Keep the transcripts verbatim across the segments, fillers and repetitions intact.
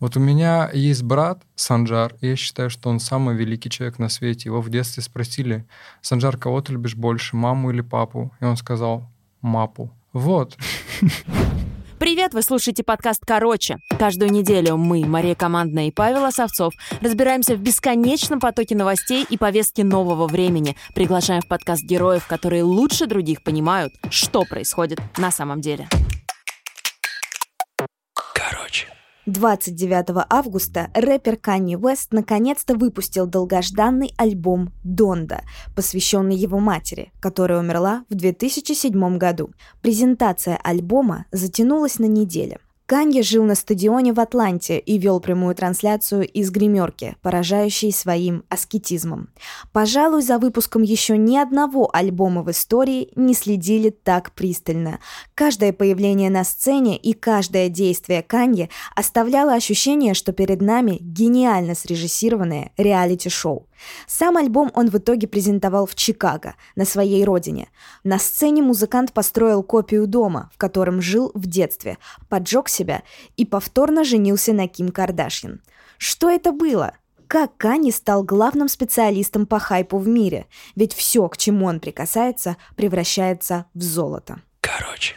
Вот у меня есть брат Санджар, и я считаю, что он самый великий человек на свете. Его в детстве спросили: Санджар, кого ты любишь больше, маму или папу? И он сказал: мапу. Вот. Привет, вы слушаете подкаст «Короче». Каждую неделю мы, Мария Командная и Павел Осовцов, разбираемся в бесконечном потоке новостей и повестки нового времени. Приглашаем в подкаст героев, которые лучше других понимают, что происходит на самом деле. Короче. двадцать девятого августа рэпер Канье Уэст наконец-то выпустил долгожданный альбом «Донда», посвященный его матери, которая умерла в две тысячи седьмом году. Презентация альбома затянулась на неделю. Канье жил на стадионе в Атланте и вел прямую трансляцию из гримерки, поражающей своим аскетизмом. Пожалуй, за выпуском еще ни одного альбома в истории не следили так пристально. Каждое появление на сцене и каждое действие Канье оставляло ощущение, что перед нами гениально срежиссированное реалити-шоу. Сам альбом он в итоге презентовал в Чикаго, на своей родине. На сцене музыкант построил копию дома, в котором жил в детстве, поджег себя и повторно женился на Ким Кардашьян. Что это было? Как Канье стал главным специалистом по хайпу в мире? Ведь все, к чему он прикасается, превращается в золото. Короче.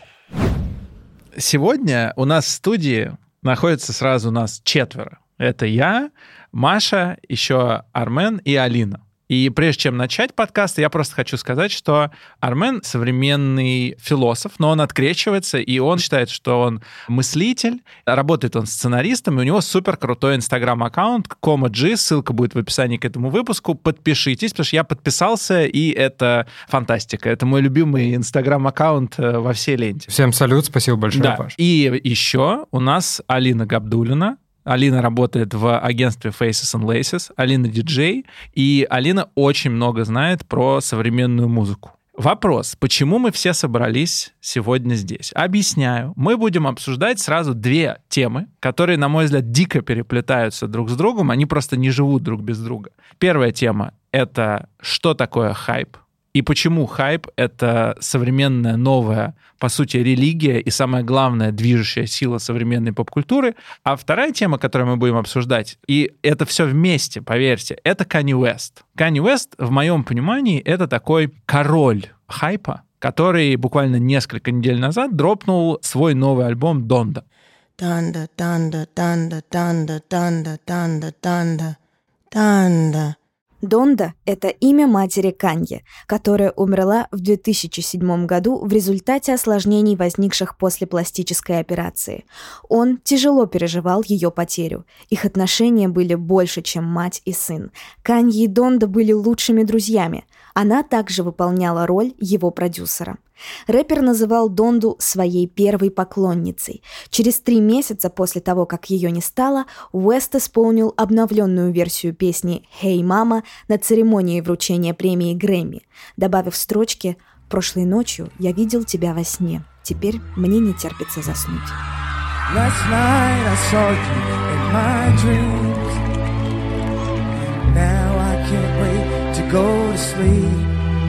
Сегодня у нас в студии находится сразу нас четверо. Это я, Маша, еще Армен и Алина. И прежде чем начать подкаст, я просто хочу сказать, что Армен современный философ, но он открещивается, и он считает, что он мыслитель, работает он сценаристом, и у него супер крутой инстаграм-аккаунт Кома-G, ссылка будет в описании к этому выпуску. Подпишитесь, потому что я подписался, и это фантастика. Это мой любимый инстаграм-аккаунт во всей ленте. Всем салют, спасибо большое, да. Паш. И еще у нас Алина Габдуллина. Алина работает в агентстве Faces and Laces, Алина диджей, и Алина очень много знает про современную музыку. Вопрос, почему мы все собрались сегодня здесь? Объясняю. Мы будем обсуждать сразу две темы, которые, на мой взгляд, дико переплетаются друг с другом, они просто не живут друг без друга. Первая тема — это что такое хайп? И почему хайп — это современная, новая, по сути, религия и, самое главное, движущая сила современной поп-культуры. А вторая тема, которую мы будем обсуждать, и это все вместе, поверьте, это Канье Уэст. Канье Уэст, в моем понимании, это такой король хайпа, который буквально несколько недель назад дропнул свой новый альбом «Донда». Донда, донда, донда, донда, донда, донда, донда, донда. Донда – это имя матери Канье, которая умерла в две тысячи седьмом году в результате осложнений, возникших после пластической операции. Он тяжело переживал ее потерю. Их отношения были больше, чем мать и сын. Канье и Донда были лучшими друзьями. Она также выполняла роль его продюсера. Рэпер называл Донду своей первой поклонницей. Через три месяца после того, как ее не стало, Уэст исполнил обновленную версию песни «Hey, Mama» на церемонии вручения премии Грэмми, добавив строчки «Прошлой ночью я видел тебя во сне. Теперь мне не терпится заснуть». Last night I saw you in my dreams. Now I can't wait to go to sleep.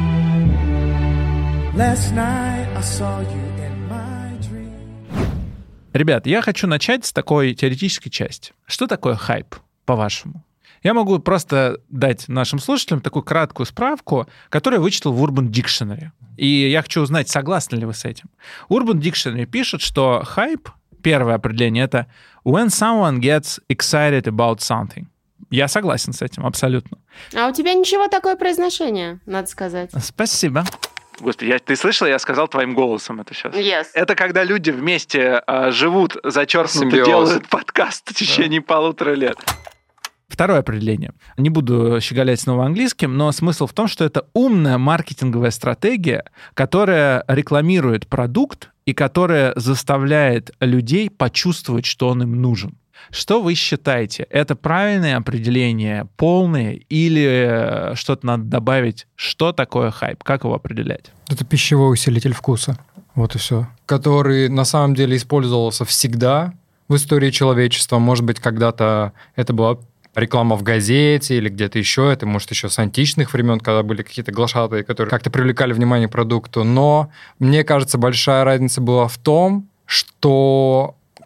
Last night I saw you in my dreams. Ребят, я хочу начать с такой теоретической части. Что такое хайп, по-вашему? Я могу просто дать нашим слушателям такую краткую справку, которую я вычитал в Urban Dictionary. И я хочу узнать, согласны ли вы с этим. Urban Dictionary пишет, что хайп, первое определение, это when someone gets excited about something. Я согласен с этим, абсолютно. А у тебя ничего такое произношение, надо сказать. Спасибо. Господи, я, ты слышала, я сказал твоим голосом это сейчас? Yes. Это когда люди вместе э, живут, зачеркнуто Симбиоз. делают подкаст в течение да. полутора лет. Второе определение. Не буду щеголять снова английским, но смысл в том, что это умная маркетинговая стратегия, которая рекламирует продукт и которая заставляет людей почувствовать, что он им нужен. Что вы считаете? Это правильное определение, полное, или что-то надо добавить? Что такое хайп? Как его определять? Это пищевой усилитель вкуса. Вот и все. Который на самом деле использовался всегда в истории человечества. Может быть, когда-то это была реклама в газете или где-то еще. Это, может, еще с античных времен, когда были какие-то глашатые, которые как-то привлекали внимание к продукту. Но, мне кажется, большая разница была в том, что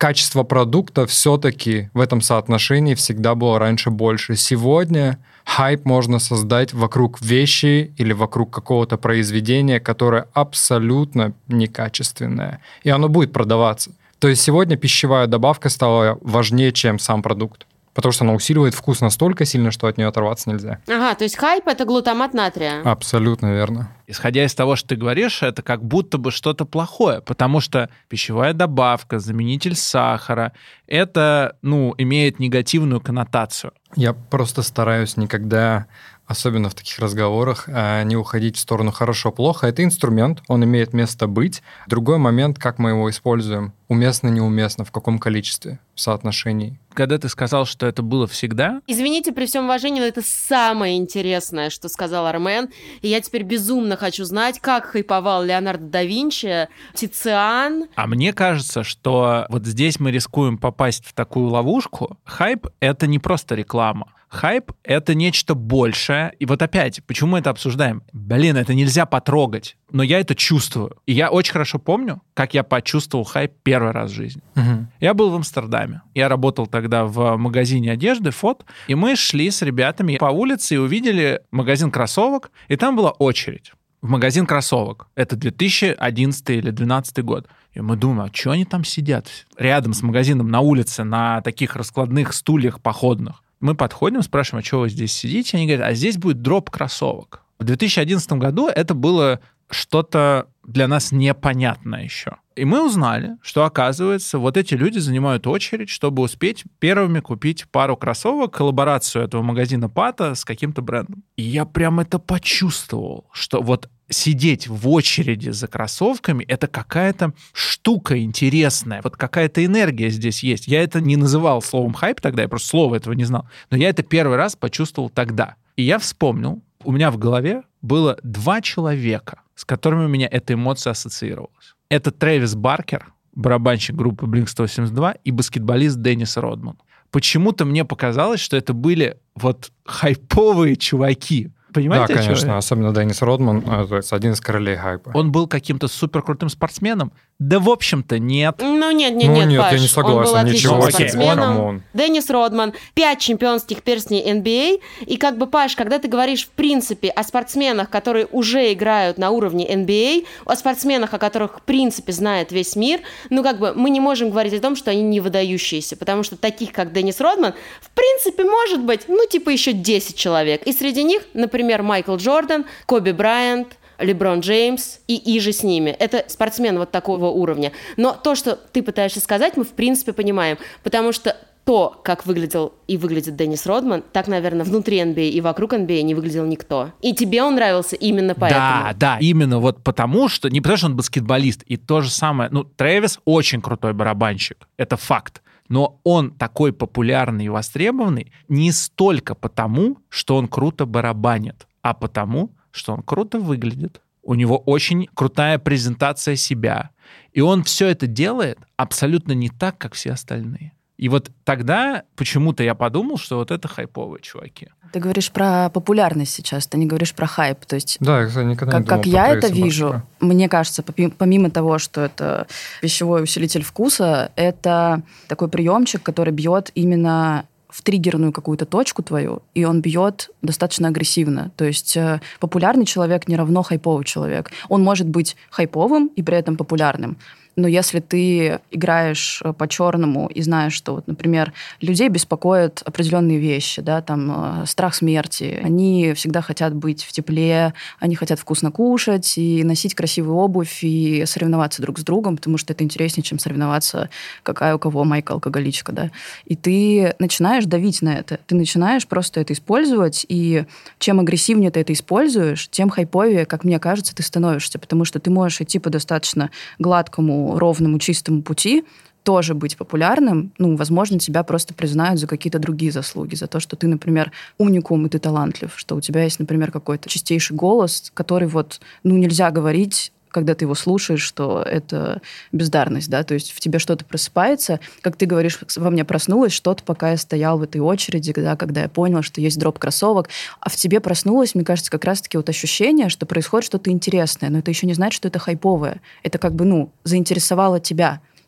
качество продукта все-таки в этом соотношении всегда было раньше больше. Сегодня хайп можно создать вокруг вещи или вокруг какого-то произведения, которое абсолютно некачественное. И оно будет продаваться. То есть сегодня пищевая добавка стала важнее, чем сам продукт. Потому что она усиливает вкус настолько сильно, что от нее оторваться нельзя. Ага, то есть хайп — это глутамат натрия. Абсолютно верно. Исходя из того, что ты говоришь, это как будто бы что-то плохое, потому что пищевая добавка, заменитель сахара, это, ну, имеет негативную коннотацию. Я просто стараюсь никогда, особенно в таких разговорах, не уходить в сторону хорошо-плохо. Это инструмент, он имеет место быть. Другой момент, как мы его используем. Уместно, неуместно, в каком количестве, в соотношении. Когда ты сказал, что это было всегда... Извините, при всем уважении, но это самое интересное, что сказал Армен. И я теперь безумно хочу знать, как хайповал Леонардо да Винчи, Тициан. А мне кажется, что вот здесь мы рискуем попасть в такую ловушку. Хайп — это не просто реклама. Хайп — это нечто большее. И вот опять, почему мы это обсуждаем? Блин, это нельзя потрогать. Но я это чувствую. И я очень хорошо помню, как я почувствовал хайп первый раз в жизни. Угу. Я был в Амстердаме. Я работал тогда в магазине одежды «Фот». И мы шли с ребятами по улице и увидели магазин кроссовок. И там была очередь в магазин кроссовок. Это две тысячи одиннадцатый или две тысячи двенадцатый год. И мы думаем, а что они там сидят? Рядом с магазином на улице, на таких раскладных стульях походных. Мы подходим, спрашиваем, а что вы здесь сидите? Они говорят, а здесь будет дроп кроссовок. В две тысячи одиннадцатом году это было что-то для нас непонятное еще. И мы узнали, что, оказывается, вот эти люди занимают очередь, чтобы успеть первыми купить пару кроссовок, коллаборацию этого магазина Пата с каким-то брендом. И я прям это почувствовал, что вот сидеть в очереди за кроссовками — это какая-то штука интересная, вот какая-то энергия здесь есть. Я это не называл словом хайп тогда, я просто слова этого не знал, но я это первый раз почувствовал тогда. И я вспомнил, у меня в голове было два человека, с которыми у меня эта эмоция ассоциировалась. Это Трэвис Баркер, барабанщик группы блинк сто восемьдесят два, и баскетболист Деннис Родман. Почему-то мне показалось, что это были вот хайповые чуваки. Понимаете, да, конечно, человек? особенно Деннис Родман, это один из королей хайпа. Он был каким-то суперкрутым спортсменом? Да, в общем-то, нет. Ну, нет, нет, ну, нет, нет, Паш. я не согласен, Он был отличным ничего себе, спортсменом. камон. Деннис Родман, пять чемпионских перстней эн би эй. И как бы, Паш, когда ты говоришь, в принципе, о спортсменах, которые уже играют на уровне эн би эй, о спортсменах, о которых, в принципе, знает весь мир, ну, как бы, мы не можем говорить о том, что они не выдающиеся, потому что таких, как Деннис Родман, в принципе, может быть, ну, типа, еще десять человек. И среди них, например, Майкл Джордан, Коби Брайант, Леброн Джеймс и иже с ними. Это спортсмены вот такого уровня. Но то, что ты пытаешься сказать, мы в принципе понимаем, потому что то, как выглядел и выглядит Деннис Родман, так, наверное, внутри эн би эй и вокруг эн би эй не выглядел никто. И тебе он нравился именно поэтому. Да, да, именно вот потому, что... Не потому, что он баскетболист. И то же самое... Ну, Трэвис очень крутой барабанщик. Это факт. Но он такой популярный и востребованный не столько потому, что он круто барабанит, а потому, что он круто выглядит. У него очень крутая презентация себя. И он все это делает абсолютно не так, как все остальные. И вот тогда почему-то я подумал, что вот это хайповые чуваки. Ты говоришь про популярность сейчас, ты не говоришь про хайп. То есть, да, я, кстати, никогда как, не думал как про я Трэвиса это вижу, Баркера. мне кажется, помимо того, что это пищевой усилитель вкуса, это такой приемчик, который бьет именно в триггерную какую-то точку твою, и он бьет достаточно агрессивно. То есть э, популярный человек не равно хайповый человек. Он может быть хайповым и при этом популярным. Но если ты играешь по-черному и знаешь, что, вот, например, людей беспокоят определенные вещи, да, там, э, страх смерти, они всегда хотят быть в тепле, они хотят вкусно кушать и носить красивую обувь и соревноваться друг с другом, потому что это интереснее, чем соревноваться, какая у кого майка-алкоголичка, да. И ты начинаешь давить на это, ты начинаешь просто это использовать, и чем агрессивнее ты это используешь, тем хайповее, как мне кажется, ты становишься, потому что ты можешь идти по достаточно гладкому, ровному, чистому пути, тоже быть популярным, ну, возможно, тебя просто признают за какие-то другие заслуги, за то, что ты, например, уникум, и ты талантлив, что у тебя есть, например, какой-то чистейший голос, который вот, ну, нельзя говорить, когда ты его слушаешь, что это бездарность, да, то есть в тебе что-то просыпается, как ты говоришь, во мне проснулось что-то, пока я стоял в этой очереди, да, когда я понял, что есть дроп кроссовок, а в тебе проснулось, мне кажется, как раз-таки вот ощущение, что происходит что-то интересное, но это еще не значит, что это хайповое, это как бы, ну, заинтересовало тебя.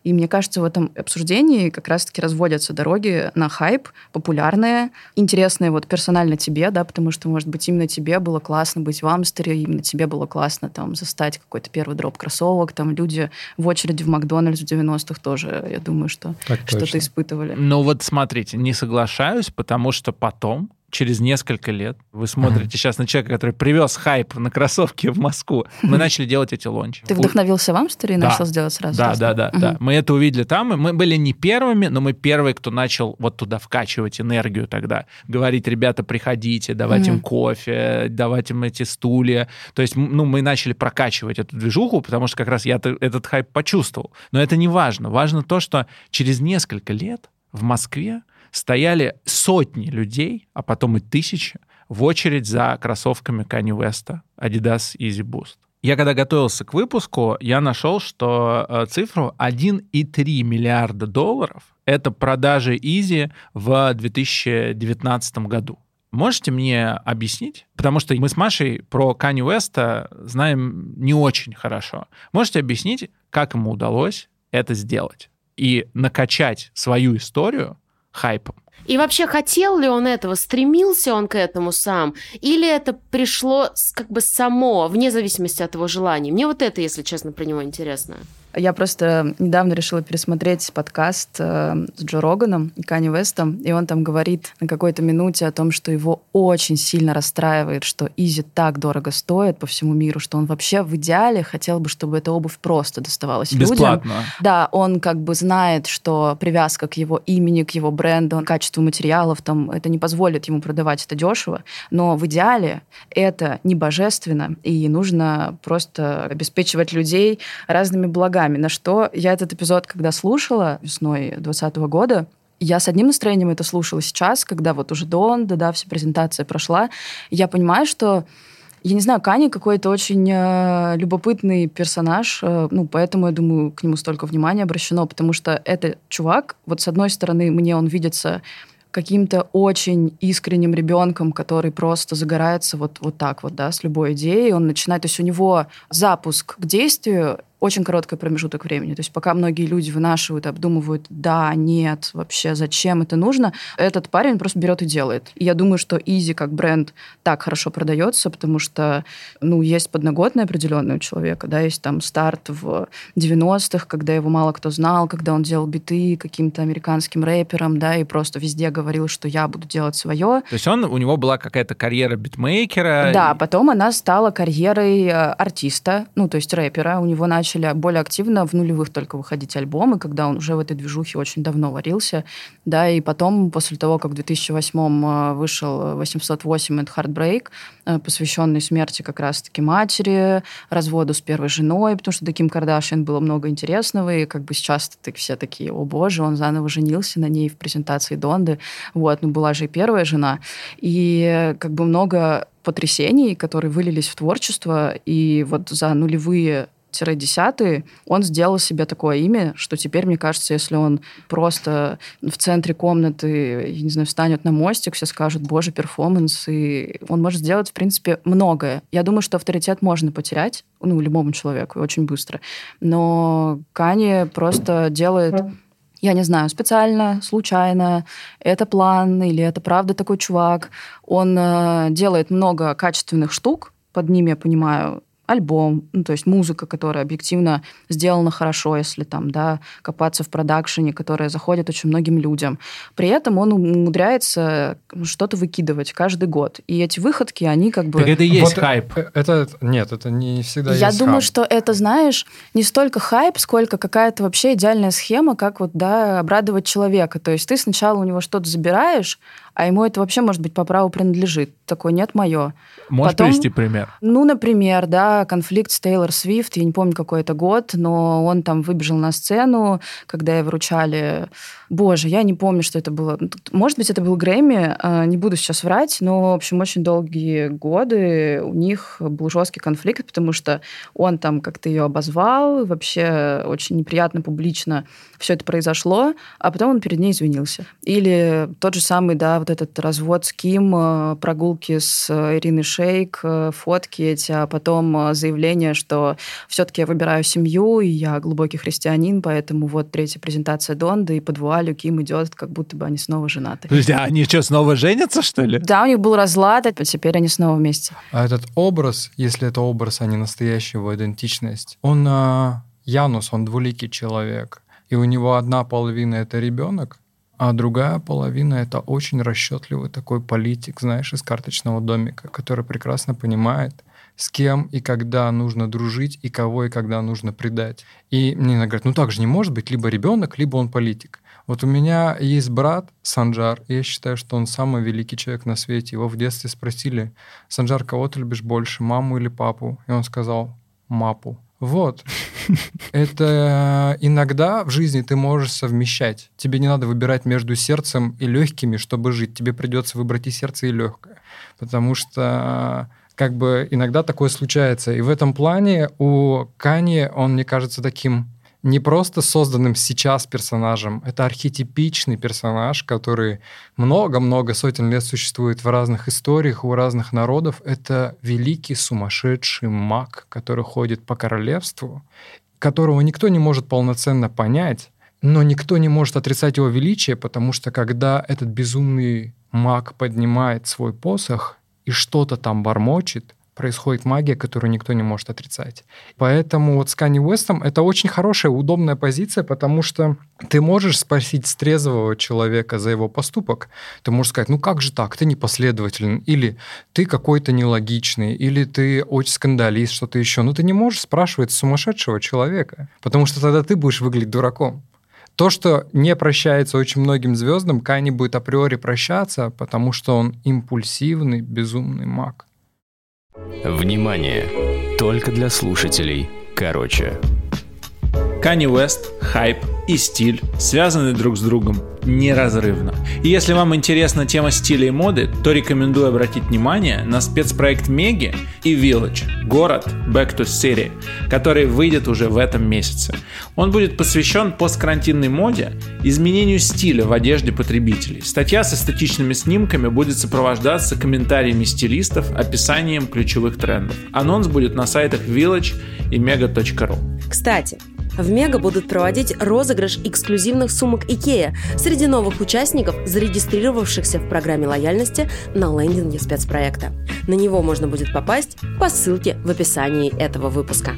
И мне кажется, в этом обсуждении как раз-таки разводятся дороги на хайп, популярные, интересные вот персонально тебе, да, потому что, может быть, именно тебе было классно быть в Амстере, именно тебе было классно там застать какой-то первый дроп кроссовок, там люди в очереди в Макдональдс в девяностых тоже, я думаю, что Так что-то точно. испытывали. Ну вот смотрите, не соглашаюсь, потому что потом, через несколько лет, вы смотрите mm-hmm. сейчас на человека, который привез хайп на кроссовки в Москву, мы начали делать эти лончи. Ты вдохновился в Амстере и да. начал сделать сразу? Да, да, да, угу. да. Мы это увидели там, и мы были не первыми, но мы первые, кто начал вот туда вкачивать энергию тогда. Говорить, ребята, приходите, давать mm-hmm. им кофе, давать им эти стулья. То есть, ну, мы начали прокачивать эту движуху, потому что как раз я этот хайп почувствовал. Но это не важно. Важно то, что через несколько лет в Москве стояли сотни людей, а потом и тысячи, в очередь за кроссовками Kanye West, Adidas Yeezy Boost. Я когда готовился к выпуску, я нашел, что э, цифру один и три миллиарда долларов — это продажи Yeezy в две тысячи девятнадцатом году. Можете мне объяснить? Потому что мы с Машей про Kanye West знаем не очень хорошо. Можете объяснить, как ему удалось это сделать и накачать свою историю хайпом? И вообще, хотел ли он этого, стремился он к этому сам, или это пришло как бы само, вне зависимости от его желаний? Мне вот это, если честно, про него интересно. Я просто недавно решила пересмотреть подкаст э, с Джо Роганом и Канье Уэстом, и он там говорит на какой-то минуте о том, что его очень сильно расстраивает, что Yeezy так дорого стоит по всему миру, что он вообще в идеале хотел бы, чтобы эта обувь просто доставалась бесплатно. Людям. Да, он как бы знает, что привязка к его имени, к его бренду, качеству материалов, там, это не позволит ему продавать это дешево, но в идеале это не божественно, и нужно просто обеспечивать людей разными благами. На что я этот эпизод, когда слушала весной двадцатого года, я с одним настроением это слушала сейчас, когда вот уже Донда, да, вся презентация прошла, я понимаю, что, я не знаю, Kanye какой-то очень э, любопытный персонаж, э, ну, поэтому, я думаю, к нему столько внимания обращено, потому что это чувак, вот с одной стороны, мне он видится каким-то очень искренним ребенком, который просто загорается вот, вот так вот, да, с любой идеей. Он начинает, то есть у него запуск к действию очень короткий промежуток времени. То есть пока многие люди вынашивают, обдумывают, да, нет, вообще, зачем это нужно, этот парень просто берет и делает. И я думаю, что Yeezy как бренд так хорошо продается, потому что, ну, есть подноготная определенная у человека, да, есть там старт в девяностых, когда его мало кто знал, когда он делал биты каким-то американским рэпером, да, и просто везде говорил, что я буду делать свое. То есть он, у него была какая-то карьера битмейкера? Да, и... потом она стала карьерой артиста, ну, то есть рэпера. У него начали более активно в нулевых только выходить альбомы, когда он уже в этой движухе очень давно варился, да, и потом, после того, как в две тысячи восьмом вышел восемьсот восемь and Heartbreak, посвященный смерти как раз-таки матери, разводу с первой женой, потому что до Ким Кардашьян было много интересного, и как бы сейчас все такие, о боже, он заново женился на ней в презентации Донды, вот, ну, была же и первая жена, и как бы много потрясений, которые вылились в творчество, и вот за нулевые десятые, он сделал себе такое имя, что теперь, мне кажется, если он просто в центре комнаты, я не знаю, встанет на мостик, все скажут, боже, перформанс, и он может сделать, в принципе, многое. Я думаю, что авторитет можно потерять, ну, любому человеку, очень быстро. Но Kanye просто делает... Я не знаю, специально, случайно, это план или это правда такой чувак. Он э, делает много качественных штук, под ними, я понимаю, альбом, ну, то есть музыка, которая объективно сделана хорошо, если там, да, копаться в продакшене, которая заходит очень многим людям. При этом он умудряется что-то выкидывать каждый год. И эти выходки, они как бы... Так это и есть вот хайп. Это, нет, это не всегда Я есть думаю, хайп. что это, знаешь, не столько хайп, сколько какая-то вообще идеальная схема, как вот, да, обрадовать человека. То есть ты сначала у него что-то забираешь, а ему это вообще, может быть, по праву принадлежит. Такой, нет, мое. Можешь Потом, привести пример? Ну, например, да, конфликт с Тейлор Свифт, я не помню, какой это год, но он там выбежал на сцену, когда ей вручали... Боже, я не помню, что это было. Может быть, это был Грэмми, не буду сейчас врать, но, в общем, очень долгие годы у них был жесткий конфликт, потому что он там как-то ее обозвал, вообще очень неприятно публично все это произошло, а потом он перед ней извинился. Или тот же самый, да, вот этот развод с Ким, прогулки с Ириной Шейк, фотки эти, а потом но заявление, что все-таки я выбираю семью, и я глубокий христианин, поэтому вот третья презентация Донды, и под вуалью Ким идет, как будто бы они снова женаты. Подожди, а они что, снова женятся, что ли? Да, у них был разлад, а теперь они снова вместе. А этот образ, если это образ, а не настоящая его идентичность, он а, Янус, он двуликий человек. И у него одна половина — это ребенок, а другая половина — это очень расчетливый такой политик, знаешь, из карточного домика, который прекрасно понимает, с кем и когда нужно дружить, и кого и когда нужно предать. И мне иногда говорят, ну так же не может быть, либо ребенок, либо он политик. Вот у меня есть брат Санджар, и я считаю, что он самый великий человек на свете. Его в детстве спросили: Санджар, кого ты любишь больше, маму или папу? И он сказал: мапу. Вот. Это иногда в жизни ты можешь совмещать. Тебе не надо выбирать между сердцем и легкими, чтобы жить. Тебе придется выбрать и сердце, и легкое. Потому что как бы иногда такое случается. И в этом плане у Канье он, мне кажется, таким не просто созданным сейчас персонажем. Это архетипичный персонаж, который много-много сотен лет существует в разных историях, у разных народов. Это великий сумасшедший маг, который ходит по королевству, которого никто не может полноценно понять, но никто не может отрицать его величие, потому что когда этот безумный маг поднимает свой посох и что-то там бормочет, происходит магия, которую никто не может отрицать. Поэтому вот с Канье Уэстом это очень хорошая, удобная позиция, потому что ты можешь спросить с трезвого человека за его поступок. Ты можешь сказать: ну как же так, ты непоследователен, или ты какой-то нелогичный, или ты очень скандалист, что-то еще. Но ты не можешь спрашивать сумасшедшего человека, потому что тогда ты будешь выглядеть дураком. То, что не прощается очень многим звездам, Канье будет априори прощаться, потому что он импульсивный, безумный маг. Внимание! Только для слушателей. Короче. Канье Уэст, хайп и стиль связаны друг с другом неразрывно. И если вам интересна тема стиля и моды, то рекомендую обратить внимание на спецпроект Меги и Village, город Back to City, который выйдет уже в этом месяце. Он будет посвящен посткарантинной моде, изменению стиля в одежде потребителей. Статья с эстетичными снимками будет сопровождаться комментариями стилистов, описанием ключевых трендов. Анонс будет на сайтах Village и мега точка ру. Кстати, в Мега будут проводить розыгрыш эксклюзивных сумок IKEA среди новых участников, зарегистрировавшихся в программе лояльности на лендинге спецпроекта. На него можно будет попасть по ссылке в описании этого выпуска.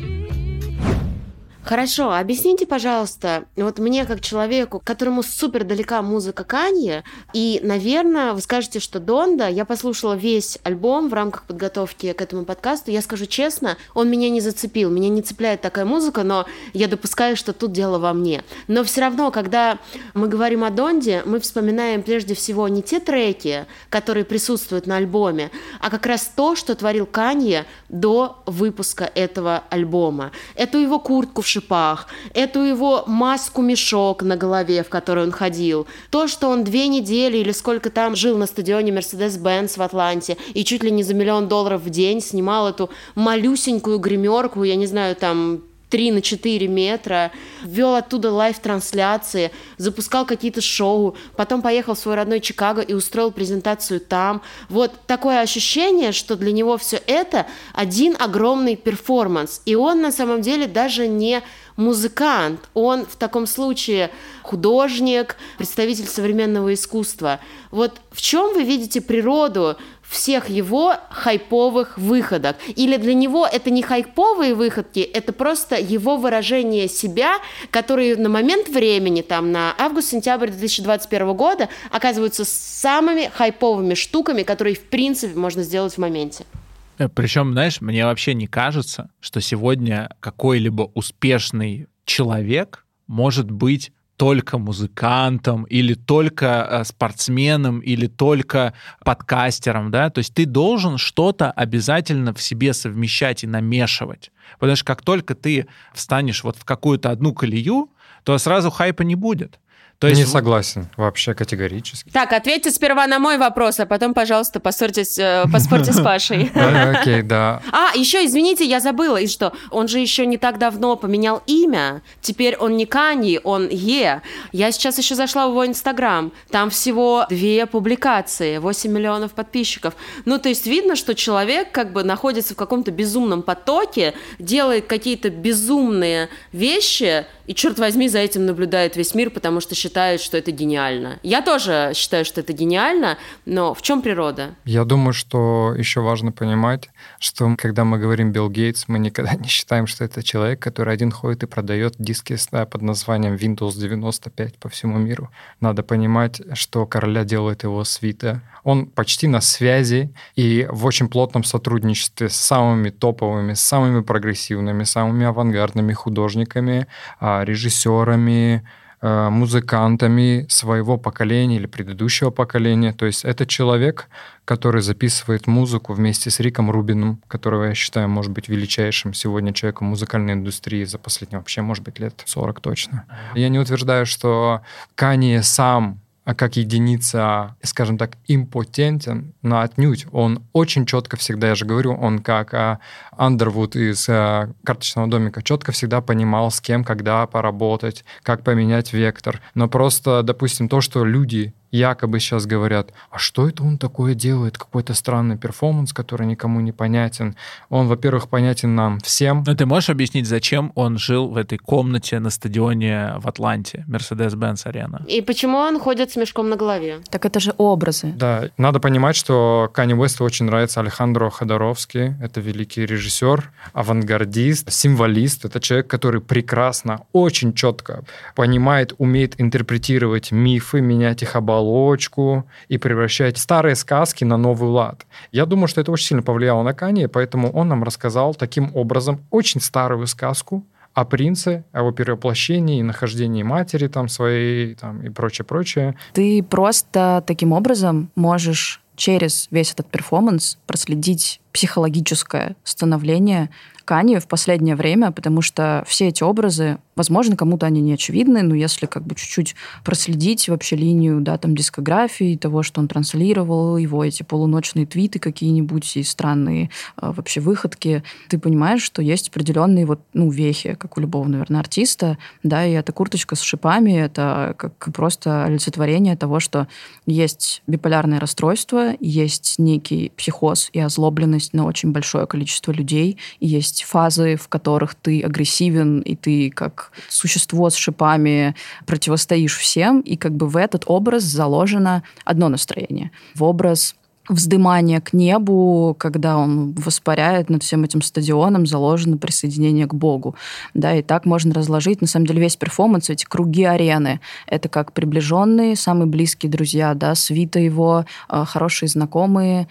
Хорошо, объясните, пожалуйста, вот мне как человеку, которому супер далека музыка Канье, и, наверное, вы скажете, что Донда, я послушала весь альбом в рамках подготовки к этому подкасту, я скажу честно, он меня не зацепил, меня не цепляет такая музыка, но я допускаю, что тут дело во мне. Но все равно, когда мы говорим о Донде, мы вспоминаем прежде всего не те треки, которые присутствуют на альбоме, а как раз то, что творил Канье до выпуска этого альбома. Эту его куртку в шипах, эту его маску-мешок на голове, в которой он ходил, то, что он две недели или сколько там жил на стадионе Mercedes-Benz в Атланте и чуть ли не за миллион долларов в день снимал эту малюсенькую гримерку, я не знаю, там три на четыре метра, вел оттуда лайв-трансляции, запускал какие-то шоу, потом поехал в свой родной Чикаго и устроил презентацию там. Вот такое ощущение, что для него все это один огромный перформанс. И он на самом деле даже не музыкант, он в таком случае художник, представитель современного искусства. Вот в чем вы видите природу всех его хайповых выходок? Или для него это не хайповые выходки, это просто его выражение себя, которые на момент времени, там, на август-сентябрь две тысячи двадцать первого года оказываются самыми хайповыми штуками, которые, в принципе, можно сделать в моменте? Причем, знаешь, мне вообще не кажется, что сегодня какой-либо успешный человек может быть только музыкантом или только спортсменом или только подкастером, да, то есть ты должен что-то обязательно в себе совмещать и намешивать, потому что как только ты встанешь вот в какую-то одну колею, то сразу хайпа не будет. То есть... Не согласен, вообще категорически. Так, ответьте сперва на мой вопрос, а потом, пожалуйста, поссорьтесь, э, поспорьте с Пашей. Окей, да. А, еще, извините, я забыла, и что? Он же еще не так давно поменял имя. Теперь он не Канье, он Е. Я сейчас еще зашла в его Инстаграм. Там всего две публикации, восемь миллионов подписчиков. Ну, то есть видно, что человек как бы находится в каком-то безумном потоке, делает какие-то безумные вещи, и, черт возьми, за этим наблюдает весь мир, потому что считают, что это гениально. Я тоже считаю, что это гениально, но в чем природа? Я думаю, что еще важно понимать, что когда мы говорим Билл Гейтс, мы никогда не считаем, что это человек, который один ходит и продает диски под названием Windows девяносто пять по всему миру. Надо понимать, что короля делает его свита. Он почти на связи и в очень плотном сотрудничестве с самыми топовыми, с самыми прогрессивными, самыми авангардными художниками, режиссерами, музыкантами своего поколения или предыдущего поколения. То есть это человек, который записывает музыку вместе с Риком Рубином, которого я считаю, может быть, величайшим сегодня человеком музыкальной индустрии за последние вообще, может быть, лет сорок точно. Я не утверждаю, что Канье сам а как единица, скажем так, импотентен, но отнюдь. Он очень четко всегда, я же говорю, он как а, Андервуд из а, «Карточного домика», четко всегда понимал, с кем, когда поработать, как поменять вектор. Но просто, допустим, то, что люди якобы сейчас говорят, а что это он такое делает, какой-то странный перформанс, который никому не понятен. Он, во-первых, понятен нам всем. Но ты можешь объяснить, зачем он жил в этой комнате на стадионе в Атланте, Mercedes-Benz Arena? И почему он ходит с мешком на голове? Так это же образы. Да, надо понимать, что Канье Уэсту очень нравится Алехандро Ходоровский. Это великий режиссер, авангардист, символист. Это человек, который прекрасно, очень четко понимает, умеет интерпретировать мифы, менять их оболочку, и превращать старые сказки на новый лад. Я думаю, что это очень сильно повлияло на Канье, поэтому он нам рассказал таким образом очень старую сказку о принце, о его перевоплощении, нахождении матери там своей там, и прочее-прочее. Ты просто таким образом можешь через весь этот перформанс проследить психологическое становление Канье в последнее время, потому что все эти образы, возможно, кому-то они не очевидны, но если как бы чуть-чуть проследить вообще линию, да, там, дискографии, того, что он транслировал, его эти полуночные твиты какие-нибудь и странные э, вообще выходки, ты понимаешь, что есть определенные вот, ну, вехи, как у любого, наверное, артиста, да, и эта курточка с шипами, это как просто олицетворение того, что есть биполярное расстройство, есть некий психоз и озлобленность на очень большое количество людей, и есть фазы, в которых ты агрессивен, и ты как существо с шипами противостоишь всем, и как бы в этот образ заложено одно настроение. В образ вздымания к небу, когда он воспаряет над всем этим стадионом, заложено присоединение к Богу. Да, и так можно разложить, на самом деле, весь перформанс, эти круги арены. Это как приближенные, самые близкие друзья, да, свита его, хорошие знакомые,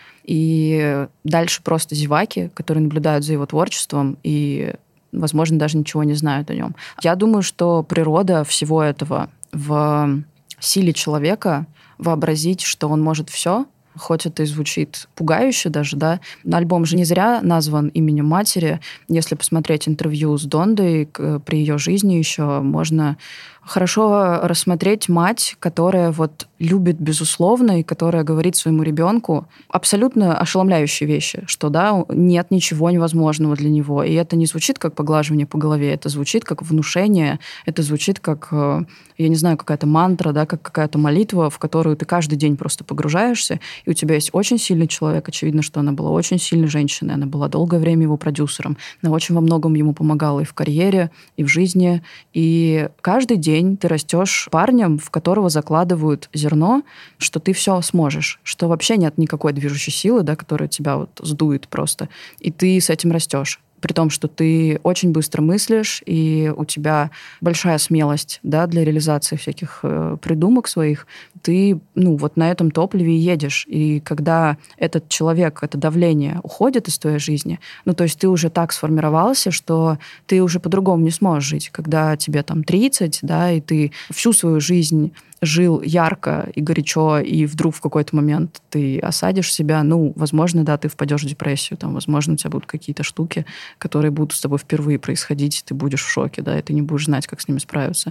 и дальше просто зеваки, которые наблюдают за его творчеством и, возможно, даже ничего не знают о нем. Я думаю, что природа всего этого в силе человека вообразить, что он может все, хоть это и звучит пугающе даже, да. Альбом же не зря назван именем матери. Если посмотреть интервью с Дондой при ее жизни еще, можно хорошо рассмотреть мать, которая вот любит безусловно и которая говорит своему ребенку абсолютно ошеломляющие вещи, что да, нет ничего невозможного для него. И это не звучит как поглаживание по голове, это звучит как внушение, это звучит как, я не знаю, какая-то мантра, да, как какая-то молитва, в которую ты каждый день просто погружаешься, и у тебя есть очень сильный человек. Очевидно, что она была очень сильной женщиной, она была долгое время его продюсером, она очень во многом ему помогала и в карьере, и в жизни. И каждый день ты растешь парнем, в которого закладывают зерно, что ты все сможешь, что вообще нет никакой движущей силы, да, которая тебя вот сдует просто. И ты с этим растешь. При том, что ты очень быстро мыслишь, и у тебя большая смелость, да, для реализации всяких э, придумок своих, ты, ну, вот на этом топливе и едешь. И когда этот человек, это давление уходит из твоей жизни, ну, то есть ты уже так сформировался, что ты уже по-другому не сможешь жить. Когда тебе там тридцать, да, и ты всю свою жизнь жил ярко и горячо, и вдруг в какой-то момент ты осадишь себя, ну, возможно, да, ты впадешь в депрессию, там, возможно, у тебя будут какие-то штуки, которые будут с тобой впервые происходить, ты будешь в шоке, да, и ты не будешь знать, как с ними справиться.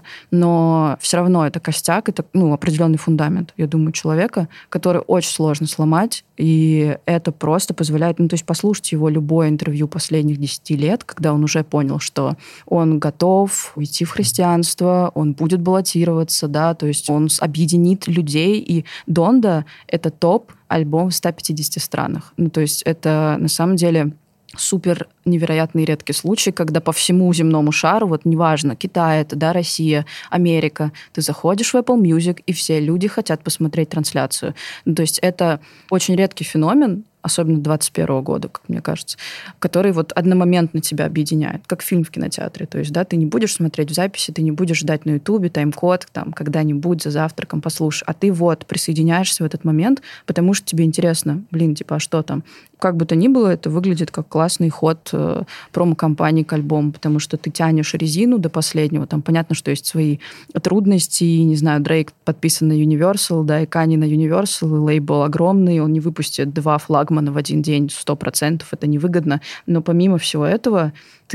Но все равно это костяк, это, ну, определенный фундамент, я думаю, человека, который очень сложно сломать, и это просто позволяет, ну, то есть послушать его любое интервью последних десяти лет, когда он уже понял, что он готов уйти в христианство, он будет баллотироваться, да, то есть он объединит людей, и Донда — это топ-альбом в ста пятидесяти странах. Ну, то есть это на самом деле супер невероятный редкий случай, когда по всему земному шару, вот неважно, Китай это, да, Россия, Америка, ты заходишь в Apple Music, и все люди хотят посмотреть трансляцию. Ну, то есть это очень редкий феномен, особенно двадцать первого года, как мне кажется, который вот одномоментно тебя объединяет, как фильм в кинотеатре. То есть, да, ты не будешь смотреть в записи, ты не будешь ждать на Ютубе тайм-код, там, когда-нибудь за завтраком послушай, а ты вот присоединяешься в этот момент, потому что тебе интересно, блин, типа, а что там? Как бы то ни было, это выглядит как классный ход э, промо-компании к альбому, потому что ты тянешь резину до последнего. Там понятно, что есть свои трудности, и, не знаю, Дрейк подписан на Universal, да, и Канье на Universal, и лейбл огромный, он не выпустит два флагмана в один день, сто процентов, это невыгодно. Но помимо всего этого,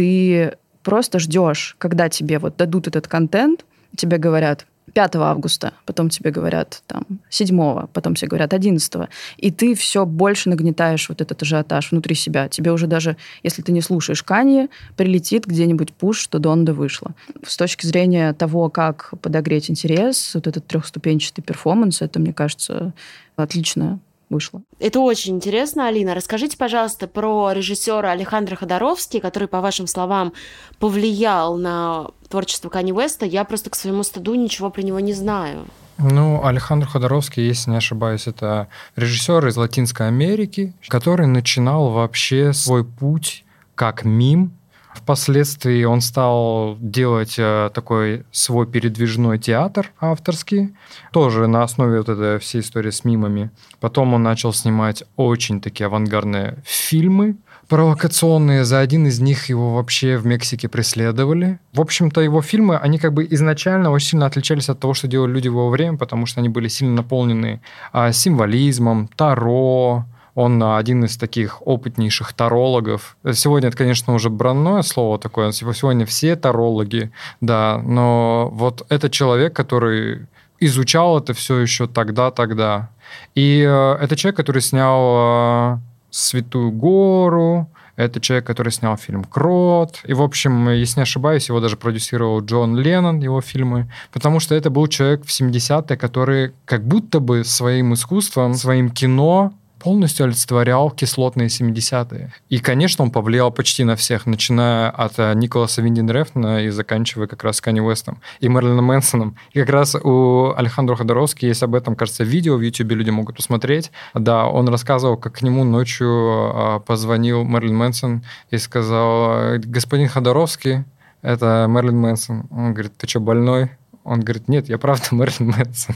ты просто ждешь, когда тебе вот дадут этот контент, тебе говорят пятого августа, потом тебе говорят там седьмого, потом тебе говорят одиннадцатого, и ты все больше нагнетаешь вот этот ажиотаж внутри себя. Тебе уже даже, если ты не слушаешь Канье, прилетит где-нибудь пуш, что Донда вышла. С точки зрения того, как подогреть интерес, вот этот трехступенчатый перформанс, это, мне кажется, отлично вышло. Это очень интересно, Алина. Расскажите, пожалуйста, про режиссера Алехандро Ходоровски, который, по вашим словам, повлиял на творчество Канье Уэста. Я просто к своему стыду ничего про него не знаю. Ну, Алехандро Ходоровски, если не ошибаюсь, это режиссер из Латинской Америки, который начинал вообще свой путь как мим. Впоследствии он стал делать э, такой свой передвижной театр авторский, тоже на основе вот этой всей истории с мимами. Потом он начал снимать очень такие авангардные фильмы провокационные. За один из них его вообще в Мексике преследовали. В общем-то, его фильмы, они как бы изначально очень сильно отличались от того, что делали люди в его время, потому что они были сильно наполнены э, символизмом, таро. Он один из таких опытнейших тарологов. Сегодня это, конечно, уже бранное слово такое. Сегодня все тарологи, да. Но вот это человек, который изучал это все еще тогда-тогда. И э, это человек, который снял э, «Святую гору», это человек, который снял фильм «Крот». И, в общем, если не ошибаюсь, его даже продюсировал Джон Леннон, его фильмы. Потому что это был человек в семидесятые, который как будто бы своим искусством, своим кино полностью олицетворял кислотные семидесятые. И, конечно, он повлиял почти на всех, начиная от Николаса Виндинг Рефна и заканчивая как раз Канье Уэстом и Мэрилином Мэнсоном. И как раз у Алехандро Ходоровски есть об этом, кажется, видео в Ютубе, люди могут посмотреть. Да, он рассказывал, как к нему ночью позвонил Мэрилин Мэнсон и сказал: господин Ходоровски, это Мэрилин Мэнсон. Он говорит: ты что, больной? Он говорит: нет, я правда Мэрилин Мэнсон.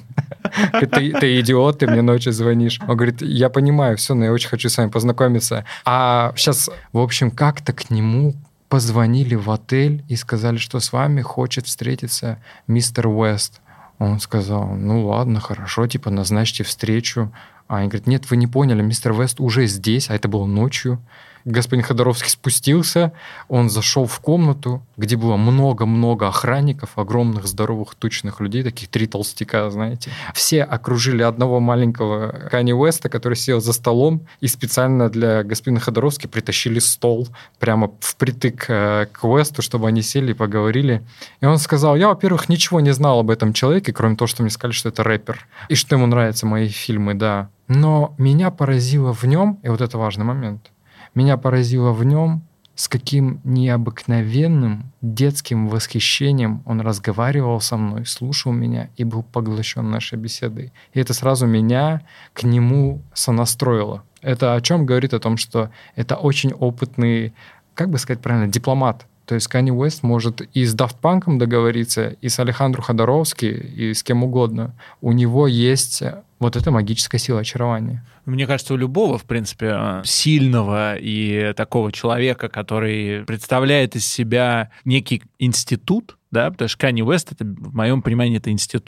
Ты, ты идиот, ты мне ночью звонишь. Он говорит: я понимаю, все, но я очень хочу с вами познакомиться. А сейчас, в общем, как-то к нему позвонили в отель и сказали, что с вами хочет встретиться мистер Уэст. Он сказал: ну ладно, хорошо, типа назначьте встречу. А они говорят: нет, вы не поняли, мистер Уэст уже здесь, а это было ночью. Господин Ходоровский спустился, он зашел в комнату, где было много-много охранников, огромных, здоровых, тучных людей, таких три толстяка, знаете. Все окружили одного маленького Канье Уэста, который сидел за столом, и специально для господина Ходоровски притащили стол прямо впритык к Уэсту, чтобы они сели и поговорили. И он сказал: я, во-первых, ничего не знал об этом человеке, кроме того, что мне сказали, что это рэпер, и что ему нравятся мои фильмы, да. Но меня поразило в нем, и вот это важный момент, меня поразило в нем, с каким необыкновенным детским восхищением он разговаривал со мной, слушал меня и был поглощен нашей беседой. И это сразу меня к нему сонастроило. Это о чем говорит? О том, что это очень опытный, как бы сказать правильно, дипломат. То есть Канье Уэст может и с Daft Punk'ом договориться, и с Алехандро Ходоровски, и с кем угодно. У него есть вот эта магическая сила очарования. Мне кажется, у любого, в принципе, сильного и такого человека, который представляет из себя некий институт, да, потому что Канье Уэст, это, в моем понимании, это институт.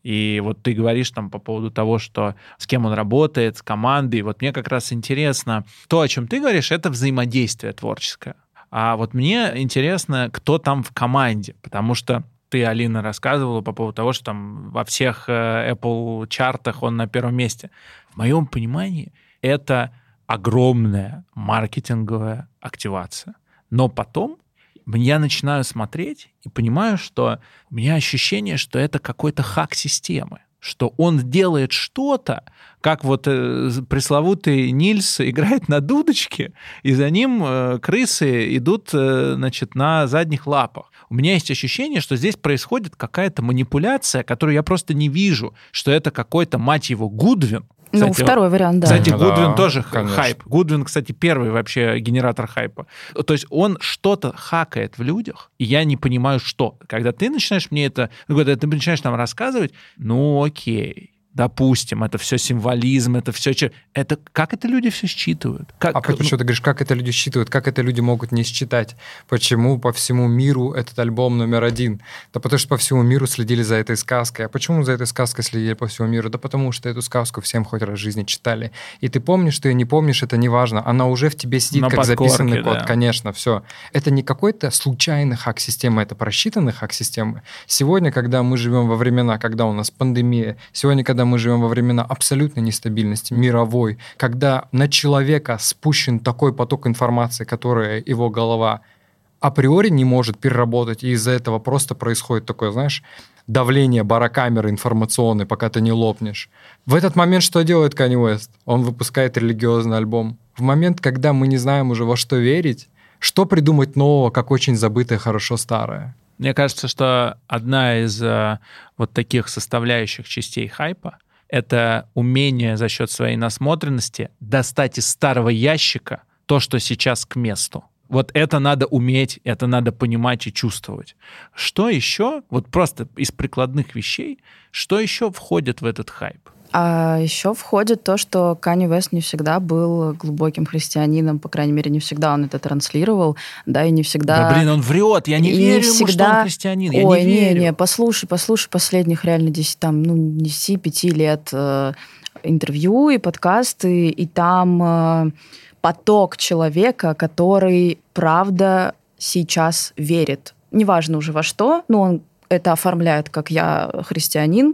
И вот ты говоришь там по поводу того, что с кем он работает, с командой. Вот мне как раз интересно, то, о чем ты говоришь, это взаимодействие творческое. А вот мне интересно, кто там в команде, потому что ты, Алина, рассказывала по поводу того, что там во всех Apple чартах он на первом месте. В моем понимании это огромная маркетинговая активация. Но потом я начинаю смотреть и понимаю, что у меня ощущение, что это какой-то хак системы, что он делает что-то, как вот э, пресловутый Нильс играет на дудочке, и за ним э, крысы идут э, значит, на задних лапах. У меня есть ощущение, что здесь происходит какая-то манипуляция, которую я просто не вижу, что это какой-то, мать его, Гудвин. Ну, Кстати, второй вариант, да. Кстати, Да, Гудвин тоже конечно. хайп. Гудвин, кстати, первый вообще генератор хайпа. То есть он что-то хакает в людях, и я не понимаю, что. Когда ты начинаешь мне это... Когда ты начинаешь нам рассказывать, ну окей, допустим, это все символизм, это все... Это, как это люди все считывают? Как, А почему ты говоришь, как это люди считывают? Как это люди могут не считать? Почему по всему миру этот альбом номер один? Да потому что по всему миру следили за этой сказкой. А почему за этой сказкой следили по всему миру? Да потому что эту сказку всем хоть раз в жизни читали. И ты помнишь, ты ее не помнишь, это не важно. Она уже в тебе сидит, На как подкорке, записанный код. да. Конечно, все. Это не какой-то случайный хак системы, это просчитанный хак системы. Сегодня, когда мы живем во времена, когда у нас пандемия, сегодня, когда мы живем во времена абсолютной нестабильности мировой, когда на человека спущен такой поток информации, который его голова априори не может переработать, и из-за этого просто происходит такое, знаешь, давление барокамеры информационной, пока ты не лопнешь. В этот момент что делает Канье Уэст? Он выпускает религиозный альбом. В момент, когда мы не знаем уже во что верить, что придумать нового, как очень забытое, хорошо старое? Мне кажется, что одна из э, вот таких составляющих частей хайпа — это умение за счет своей насмотренности достать из старого ящика то, что сейчас к месту. Вот это надо уметь, это надо понимать и чувствовать. Что еще, вот просто из прикладных вещей, что еще входит в этот хайп? А еще входит то, что Канье Уэст не всегда был глубоким христианином, по крайней мере, не всегда он это транслировал, да, и не всегда... Да, блин, он врет, я не и верю не ему, всегда... что он христианин, я Ой, не верю. не, не, послушай, послушай последних реально десять, там, ну, десять-пять лет э, интервью и подкасты, и там э, поток человека, который, правда, сейчас верит. Неважно уже во что, но он это оформляет, как я христианин,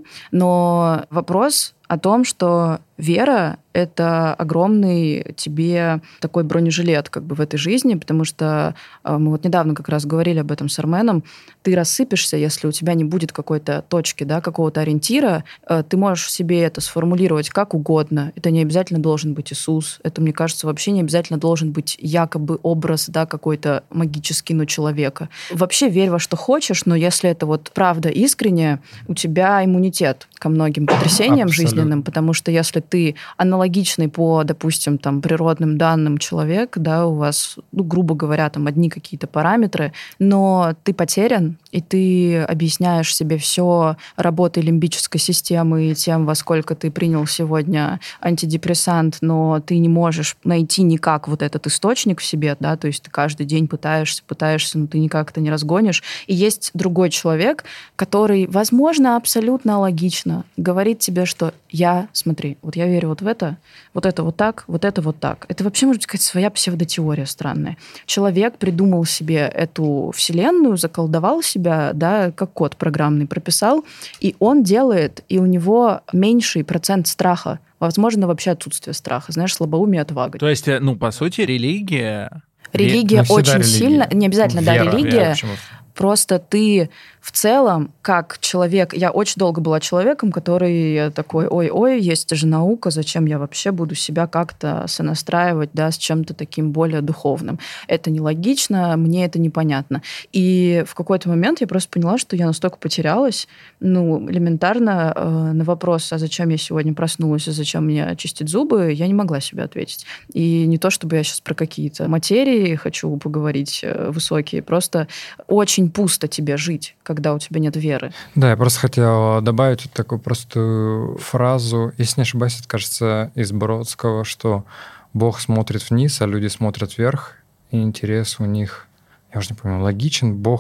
но вопрос о том, что вера — это огромный тебе такой бронежилет как бы в этой жизни, потому что мы вот недавно как раз говорили об этом с Арменом. Ты рассыпешься, если у тебя не будет какой-то точки, да, какого-то ориентира. Ты можешь себе это сформулировать как угодно. Это не обязательно должен быть Иисус. Это, мне кажется, вообще не обязательно должен быть якобы образ, да, какой-то магический, но человека. Вообще верь во что хочешь, но если это вот правда искренне, у тебя иммунитет ко многим потрясениям Абсолютно. жизненным, потому что если ты аналогичный по, допустим, там, природным данным человек, да, у вас, ну, грубо говоря, там одни какие-то параметры, но ты потерян, и ты объясняешь себе все работой лимбической системы и тем, во сколько ты принял сегодня антидепрессант, но ты не можешь найти никак вот этот источник в себе, да, то есть ты каждый день пытаешься, пытаешься, но ты никак это не разгонишь. И есть другой человек, который, возможно, абсолютно логично говорит тебе, что я, смотри, вот я верю вот в это, вот это вот так, вот это вот так. Это вообще, может быть, какая-то своя псевдотеория странная. Человек придумал себе эту вселенную, заколдовал себя, да, как код программный прописал, и он делает, и у него меньший процент страха. Возможно, вообще отсутствие страха, знаешь, слабоумие, отвага. То есть, ну, по сути, религия... Религия Навсегда очень религия. сильно, не обязательно, да, Вера, религия, вера, почему? просто ты в целом, как человек, я очень долго была человеком, который такой, ой-ой, есть же наука, зачем я вообще буду себя как-то сонастраивать, да, с чем-то таким более духовным. Это нелогично, мне это непонятно. И в какой-то момент я просто поняла, что я настолько потерялась, ну, элементарно э, на вопрос, а зачем я сегодня проснулась, а зачем мне чистить зубы, я не могла себе ответить. И не то, чтобы я сейчас про какие-то материи хочу поговорить э, высокие, просто очень пусто тебе жить, когда у тебя нет веры. Да, я просто хотел добавить вот такую простую фразу. Если не ошибаюсь, это, кажется, из Бродского, что Бог смотрит вниз, а люди смотрят вверх, и интерес у них, я уже не помню, логичен. Бог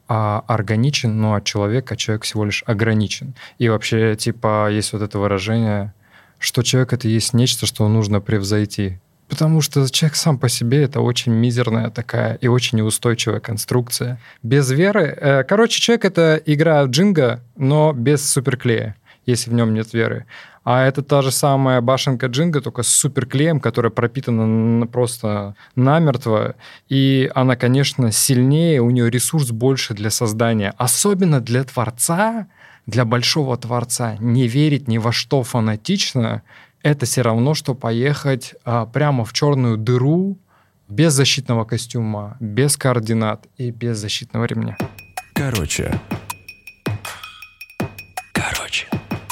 а органичен, ну, а человек, а человек всего лишь ограничен. И вообще, типа, есть вот это выражение, что человек — это есть нечто, что нужно превзойти. Потому что человек сам по себе — это очень мизерная такая и очень неустойчивая конструкция. Без веры... Э, короче, человек — это игра в джинго, но без суперклея, если в нем нет веры. А это та же самая башенка джинго, только с суперклеем, которая пропитана просто намертво. И она, конечно, сильнее, у нее ресурс больше для создания. Особенно для творца, для большого творца. Не верить ни во что фанатично — это все равно, что поехать а, прямо в черную дыру без защитного костюма, без координат и без защитного ремня. Короче. Короче.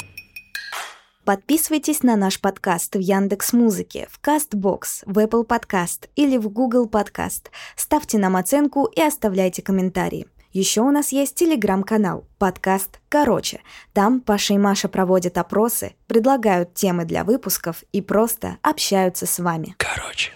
Подписывайтесь на наш подкаст в Яндекс.Музыке, в Кастбокс, в Apple Podcast или в Google Podcast. Ставьте нам оценку и оставляйте комментарии. Еще у нас есть телеграм-канал, подкаст «Короче». Там Паша и Маша проводят опросы, предлагают темы для выпусков и просто общаются с вами. Короче.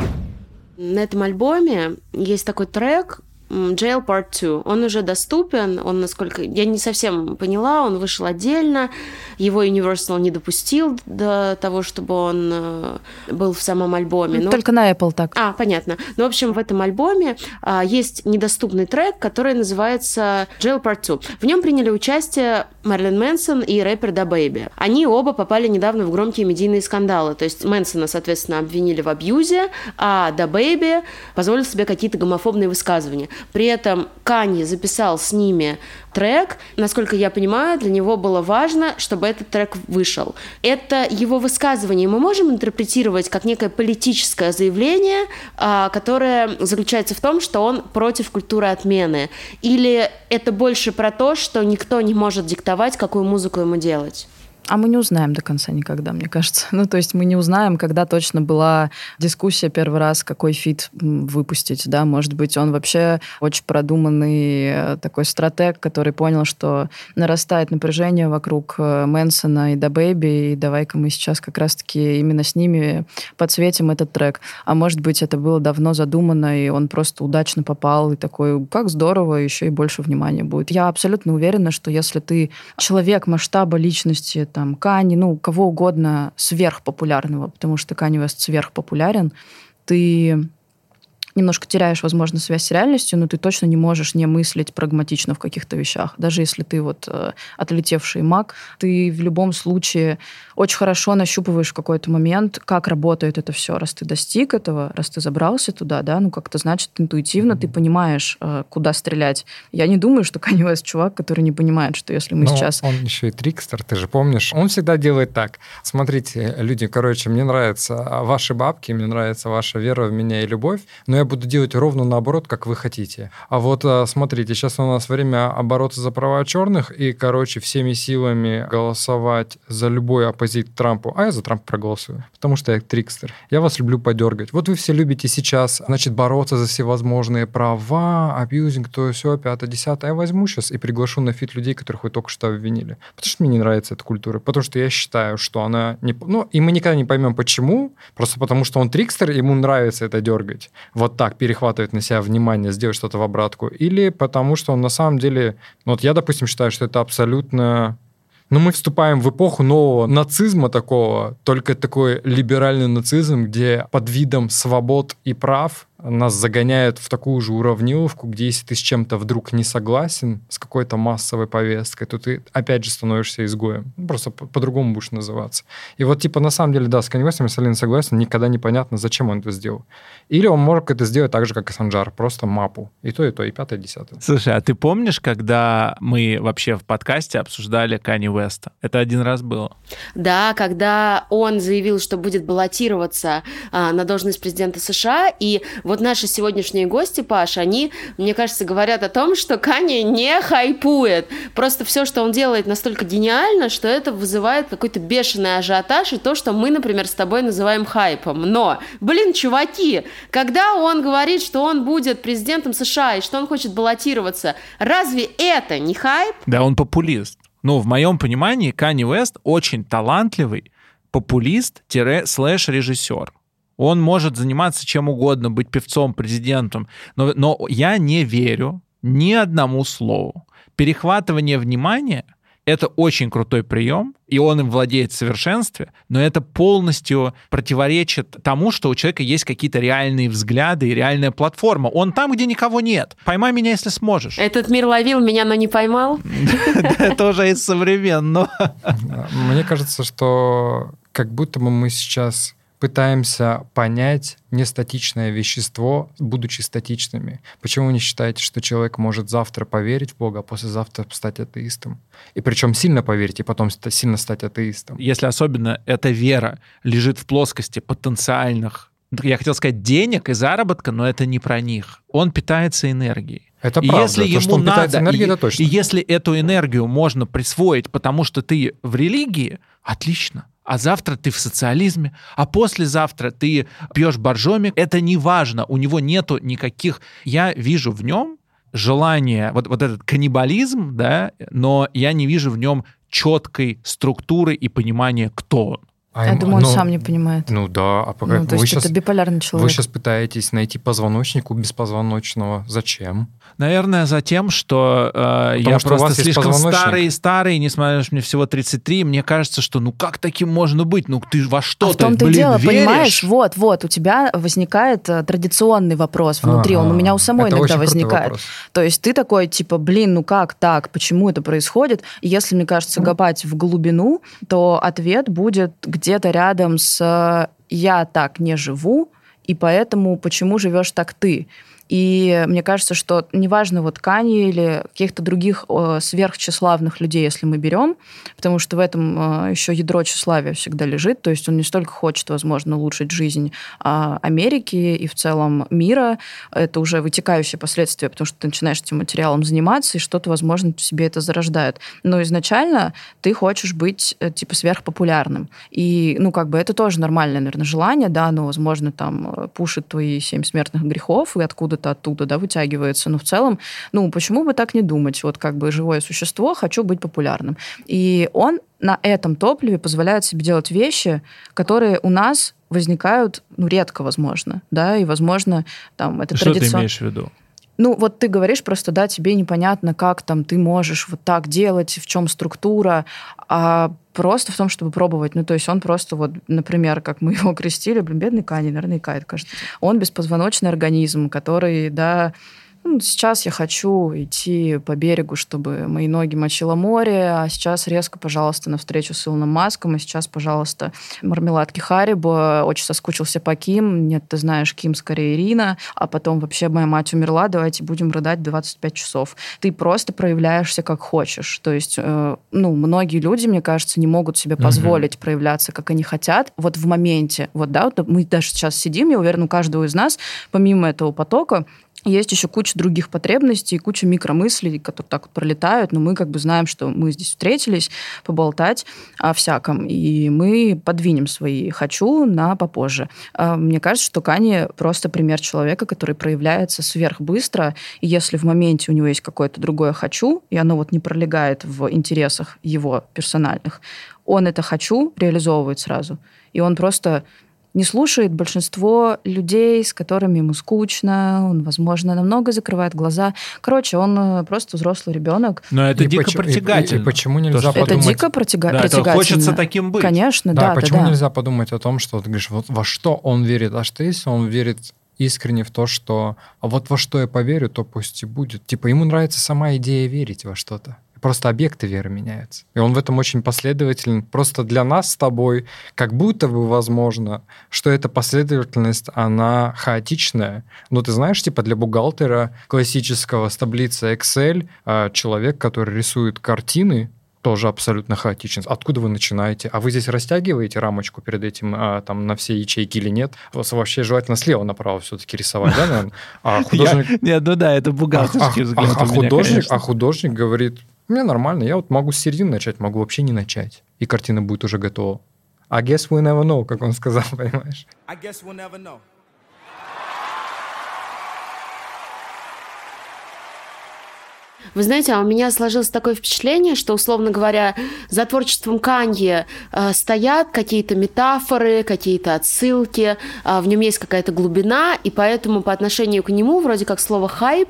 На этом альбоме есть такой трек Jail Part two. Он уже доступен, он, насколько... Я не совсем поняла, он вышел отдельно, его Universal не допустил до того, чтобы он был в самом альбоме. Но... Только на Apple так. А, понятно. Ну, в общем, в этом альбоме а, есть недоступный трек, который называется Jail Part two. В нем приняли участие Мэрилин Мэнсон и рэпер DaBaby. Они оба попали недавно в громкие медийные скандалы. То есть Мэнсона, соответственно, обвинили в абьюзе, а DaBaby позволил себе какие-то гомофобные высказывания. При этом Канье записал с ними трек. Насколько я понимаю, для него было важно, чтобы этот трек вышел. Это его высказывание мы можем интерпретировать как некое политическое заявление, которое заключается в том, что он против культуры отмены. Или это больше про то, что никто не может диктовать, какую музыку ему делать? А мы не узнаем до конца никогда, мне кажется. Ну, то есть мы не узнаем, когда точно была дискуссия первый раз, какой фит выпустить, да. Может быть, он вообще очень продуманный такой стратег, который понял, что нарастает напряжение вокруг Мэнсона и DaBaby, и давай-ка мы сейчас как раз-таки именно с ними подсветим этот трек. А может быть, это было давно задумано, и он просто удачно попал, и такой, как здорово, еще и больше внимания будет. Я абсолютно уверена, что если ты человек масштаба личности, там, Канье, ну, кого угодно сверхпопулярного, потому что Канье Уэст сверхпопулярен, ты немножко теряешь, возможно, связь с реальностью, но ты точно не можешь не мыслить прагматично в каких-то вещах. Даже если ты вот э, отлетевший маг, ты в любом случае очень хорошо нащупываешь в какой-то момент, как работает это все. Раз ты достиг этого, раз ты забрался туда, да, ну как-то значит интуитивно mm-hmm. ты понимаешь, э, куда стрелять. Я не думаю, что Канье Уэст чувак, который не понимает, что если мы но сейчас... он еще и трикстер, ты же помнишь. Он всегда делает так. Смотрите, люди, короче, мне нравятся ваши бабки, мне нравится ваша вера в меня и любовь, но я буду делать ровно наоборот, как вы хотите. А вот смотрите, сейчас у нас время бороться за права черных и, короче, всеми силами голосовать за любой оппозит Трампу. А я за Трампа проголосую, потому что я трикстер. Я вас люблю подергать. Вот вы все любите сейчас, значит, бороться за всевозможные права, абьюзинг, то все, пятое, десятое. Я возьму сейчас и приглашу на фит людей, которых вы только что обвинили. Потому что мне не нравится эта культура. Потому что я считаю, что она... Не... Ну, и мы никогда не поймем, почему. Просто потому что он трикстер, ему нравится это дергать. Вот так, перехватывать на себя внимание, сделать что-то в обратку, или потому что он на самом деле... Ну, вот я, допустим, считаю, что это абсолютно... Ну, мы вступаем в эпоху нового нацизма такого, только такой либеральный нацизм, где под видом свобод и прав нас загоняют в такую же уравниловку, где если ты с чем-то вдруг не согласен, с какой-то массовой повесткой, то ты опять же становишься изгоем. Просто по- по-другому будешь называться. И вот типа на самом деле, да, с Канье Уэстом, если Алина согласен, никогда непонятно, зачем он это сделал. Или он может это сделать так же, как и Санджар, просто мапу. И то, и то, и пятое, и десятое. Слушай, а ты помнишь, когда мы вообще в подкасте обсуждали Канье Уэста? Это один раз было. Да, когда он заявил, что будет баллотироваться а, на должность президента США, и вот наши сегодняшние гости, Паш, они, мне кажется, говорят о том, что Канье не хайпует. Просто все, что он делает, настолько гениально, что это вызывает какой-то бешеный ажиотаж, и то, что мы, например, с тобой называем хайпом. Но, блин, чуваки, когда он говорит, что он будет президентом США и что он хочет баллотироваться, разве это не хайп? Да, он популист. Ну, в моем понимании, Канье Уэст очень талантливый популист-слэш-режиссер. Он может заниматься чем угодно, быть певцом, президентом. Но, но я не верю, ни одному слову. Перехватывание внимания — это очень крутой прием, и он им владеет в совершенстве, но это полностью противоречит тому, что у человека есть какие-то реальные взгляды и реальная платформа. Он там, где никого нет. Поймай меня, если сможешь. Этот мир ловил меня, но не поймал. Это уже из современного. Мне кажется, что как будто бы мы сейчас пытаемся понять нестатичное вещество, будучи статичными. Почему вы не считаете, что человек может завтра поверить в Бога, а послезавтра стать атеистом? И причем сильно поверить, и потом сильно стать атеистом. Если особенно эта вера лежит в плоскости потенциальных, я хотел сказать, денег и заработка, но это не про них. Он питается энергией. Это и правда. Если То, ему что он надо, питается энергией, и, это точно. И если эту энергию можно присвоить, потому что ты в религии, отлично. А завтра ты в социализме, а послезавтра ты пьешь боржоми. Это не важно, у него нету никаких... Я вижу в нем желание, вот, вот этот каннибализм, да, но я не вижу в нем четкой структуры и понимания, кто он. Я А, думаю, он ну, сам не понимает. Ну да, а пока Ну, то вы, есть сейчас, это биполярный человек. вы сейчас пытаетесь найти позвоночник у беспозвоночного. Зачем? Наверное, за тем, что э, я что у вас просто есть слишком позвоночник. старый и старый, несмотря на то, что мне всего тридцать три, мне кажется, что ну как таким можно быть? Ну ты во А что-то, в том-то и блин, дело, веришь? понимаешь, вот, вот, у тебя возникает э, традиционный вопрос внутри, он у Ага. меня у самой Это иногда очень крутой возникает. вопрос. То есть ты такой, типа, блин, ну как так, почему это происходит? И если, мне кажется, копать в глубину, то ответ будет где-то рядом с э, «я так не живу», и поэтому почему живешь так ты? И мне кажется, что неважно, вот Канье или каких-то других э, сверхтщеславных людей, если мы берем, потому что в этом э, еще ядро тщеславия всегда лежит, то есть он не столько хочет, возможно, улучшить жизнь э, Америки и в целом мира, это уже вытекающие последствия, потому что ты начинаешь этим материалом заниматься, и что-то, возможно, в себе это зарождает. Но изначально ты хочешь быть, э, типа, сверхпопулярным. И, ну, как бы это тоже нормальное, наверное, желание, да, но, возможно, там пушит твои семь смертных грехов, и откуда оттуда, да, вытягивается. Но в целом, ну, почему бы так не думать? Вот как бы живое существо, хочу быть популярным. И он на этом топливе позволяет себе делать вещи, которые у нас возникают, ну, редко, возможно, да, и, возможно, там, это Что традицион... ты имеешь в виду? Ну, вот ты говоришь просто, да, тебе непонятно, как там ты можешь вот так делать, в чем структура, а просто в том, чтобы пробовать. Ну, то есть он просто вот, например, как мы его крестили, блин, бедный Канье, наверное, икает, кажется. Он беспозвоночный организм, который, да, ну, сейчас я хочу идти по берегу, чтобы мои ноги мочило море, а сейчас резко, пожалуйста, навстречу с Илоном Маском, и сейчас, пожалуйста, мармеладки Харибо, очень соскучился по Ким, нет, ты знаешь, Ким скорее Ирина, а потом вообще моя мать умерла, давайте будем рыдать двадцать пять часов. Ты просто проявляешься как хочешь. То есть, э, ну, многие люди, мне кажется, не могут себе позволить mm-hmm. проявляться, как они хотят, вот в моменте. Вот, да, вот мы даже сейчас сидим, я уверена, у каждого из нас, помимо этого потока, есть еще куча других потребностей, куча микромыслей, которые так вот пролетают, но мы как бы знаем, что мы здесь встретились поболтать о всяком, и мы подвинем свои «хочу» на попозже. Мне кажется, что Канье просто пример человека, который проявляется сверхбыстро, и если в моменте у него есть какое-то другое «хочу», и оно вот не пролегает в интересах его персональных, он это «хочу» реализовывает сразу, и он просто... не слушает большинство людей, с которыми ему скучно, он, возможно, намного закрывает глаза. Короче, он просто взрослый ребенок. Но это и дико почему, притягательно. И, и почему нельзя То, подумать... Это дико протяга... да, притягательно. Это хочется таким быть. Конечно, да. да, почему да, да. нельзя подумать о том, что ты говоришь, вот во что он верит? А что если он верит искренне в то, что а вот во что я поверю, то пусть и будет. Типа ему нравится сама идея верить во что-то. Просто объекты веры меняются. И он в этом очень последователен. Просто для нас с тобой как будто бы возможно, что эта последовательность, она хаотичная. Но ты знаешь, типа для бухгалтера классического с таблицы Excel человек, который рисует картины, тоже абсолютно хаотичен. Откуда вы начинаете? А вы здесь растягиваете рамочку перед этим а, там, на все ячейки или нет? Вообще желательно слева направо все-таки рисовать, да, наверное? А художник... Нет, ну да, это бухгалтерский взгляд. А художник, а художник говорит, мне нормально, я вот могу с середины начать, могу вообще не начать. И картина будет уже готова. I guess we never know, как он сказал, понимаешь? I guess we'll never know. Вы знаете, а у меня сложилось такое впечатление, что, условно говоря, за творчеством Канье э, стоят какие-то метафоры, какие-то отсылки, э, в нем есть какая-то глубина, и поэтому по отношению к нему вроде как слово «хайп»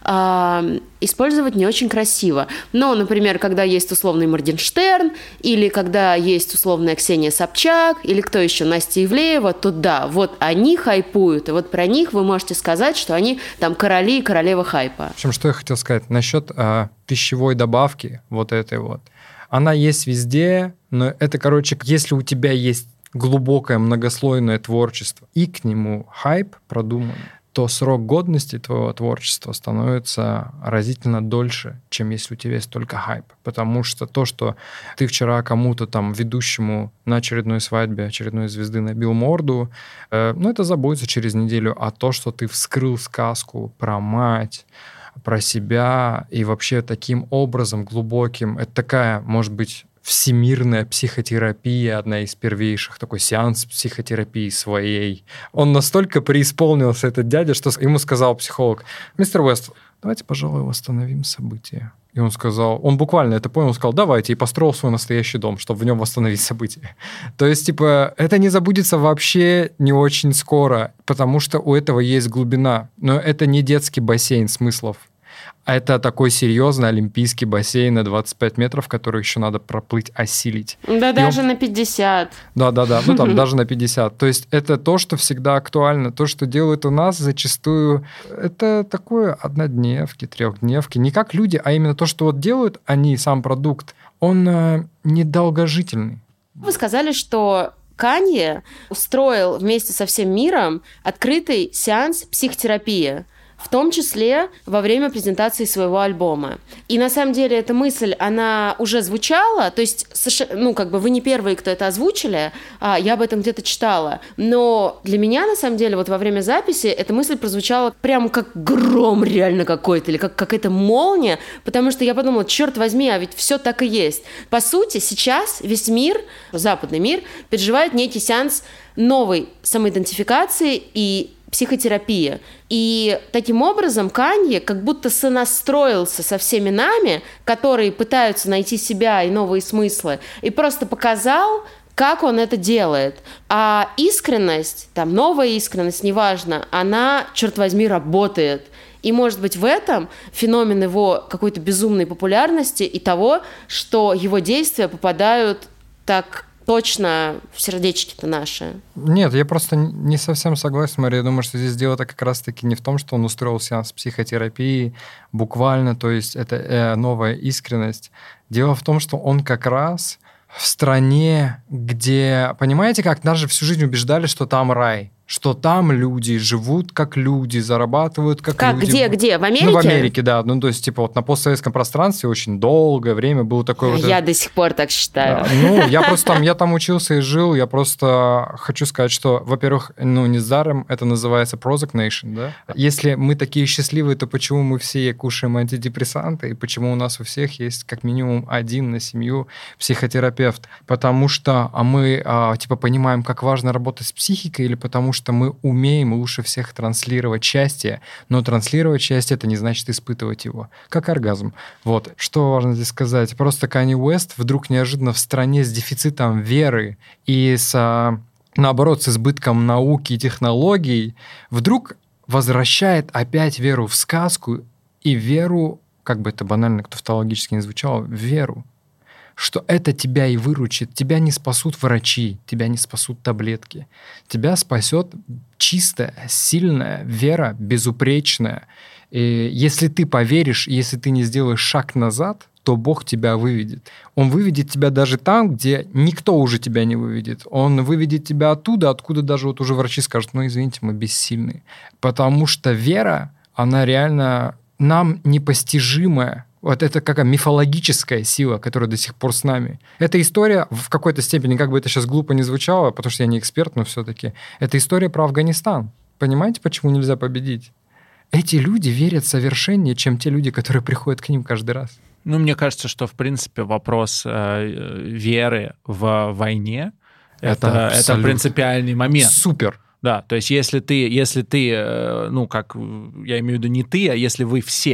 э, использовать не очень красиво. Но, например, когда есть условный Моргенштерн, или когда есть условная Ксения Собчак, или кто еще, Настя Ивлеева, то да, вот они хайпуют, и вот про них вы можете сказать, что они там короли и королева хайпа. В общем, что я хотел сказать насчет э, пищевой добавки вот этой вот. Она есть везде, но это, короче, если у тебя есть глубокое многослойное творчество и к нему хайп продуман, то срок годности твоего творчества становится разительно дольше, чем если у тебя есть только хайп. Потому что то, что ты вчера кому-то там, ведущему на очередной свадьбе очередной звезды набил морду, э, ну, это забудется через неделю. А то, что ты вскрыл сказку про мать, про себя и вообще таким образом глубоким, это такая, может быть, всемирная психотерапия, одна из первейших, такой сеанс психотерапии своей. Он настолько преисполнился, этот дядя, что ему сказал психолог: «Мистер Уэст, давайте, пожалуй, восстановим события». И он сказал, он буквально это понял, он сказал: «Давайте», и построил свой настоящий дом, чтобы в нем восстановить события. То есть, типа, это не забудется вообще не очень скоро, потому что у этого есть глубина. Но это не детский бассейн смыслов. А это такой серьезный олимпийский бассейн на двадцать пять метров, который еще надо проплыть, осилить. Да, и даже он... на пятьдесят. Да-да-да, ну там даже на пятьдесят. То есть это то, что всегда актуально. То, что делают у нас зачастую, это такое однодневки, трехдневки. Не как люди, а именно то, что вот делают они, сам продукт, он э, недолгожительный. Вы сказали, что Канье устроил вместе со всем миром открытый сеанс психотерапии, в том числе во время презентации своего альбома. И на самом деле эта мысль, она уже звучала, то есть, ну, как бы вы не первые, кто это озвучили, а я об этом где-то читала, но для меня, на самом деле, вот во время записи эта мысль прозвучала прямо как гром реально какой-то, или как какая-то молния, потому что я подумала, черт возьми, а ведь все так и есть. По сути, сейчас весь мир, западный мир, переживает некий сеанс новой самоидентификации и психотерапия. И таким образом Канье как будто сонастроился со всеми нами, которые пытаются найти себя и новые смыслы, и просто показал, как он это делает. А искренность, там новая искренность, неважно, она, черт возьми, работает. И, может быть, в этом феномен его какой-то безумной популярности и того, что его действия попадают так точно в сердечки-то наши. Нет, я просто не совсем согласен, Мария. Я думаю, что здесь дело-то как раз-таки не в том, что он устроил сеанс психотерапии буквально, то есть это э, новая искренность. Дело в том, что он как раз в стране, где, понимаете, как нас же всю жизнь убеждали, что там рай, что там люди живут как люди, зарабатывают как, как люди. Где, где? В Америке? Ну, в Америке, да. Ну, то есть, типа, вот на постсоветском пространстве очень долгое время было такое... Я вот... до сих пор так считаю. Да. Ну, я просто там, я там учился и жил, я просто хочу сказать, что, во-первых, ну, не даром это называется Prozac Nation, да? Если мы такие счастливые, то почему мы все кушаем антидепрессанты, и почему у нас у всех есть как минимум один на семью психотерапевт? Потому что а мы, а, типа, понимаем, как важно работать с психикой, или потому что что мы умеем лучше всех транслировать счастье, но транслировать счастье — это не значит испытывать его, как оргазм. Вот. Что важно здесь сказать? Просто Канье Уэст вдруг неожиданно в стране с дефицитом веры и с, наоборот, с избытком науки и технологий вдруг возвращает опять веру в сказку и веру, как бы это банально, тавтологически не звучало, веру, что это тебя и выручит. Тебя не спасут врачи, тебя не спасут таблетки. Тебя спасет чистая, сильная вера, безупречная. И если ты поверишь, если ты не сделаешь шаг назад, то Бог тебя выведет. Он выведет тебя даже там, где никто уже тебя не выведет. Он выведет тебя оттуда, откуда даже вот уже врачи скажут: ну, извините, мы бессильны. Потому что вера, она реально нам непостижимая. Вот это какая мифологическая сила, которая до сих пор с нами. Эта история в какой-то степени, как бы это сейчас глупо не звучало, потому что я не эксперт, но все-таки, это история про Афганистан. Понимаете, почему нельзя победить? Эти люди верят совершеннее, чем те люди, которые приходят к ним каждый раз. Ну, мне кажется, что, в принципе, вопрос э, веры в войне — это, это принципиальный момент. Супер. Да, то есть если ты, если ты, ну, как, я имею в виду не ты, а если вы все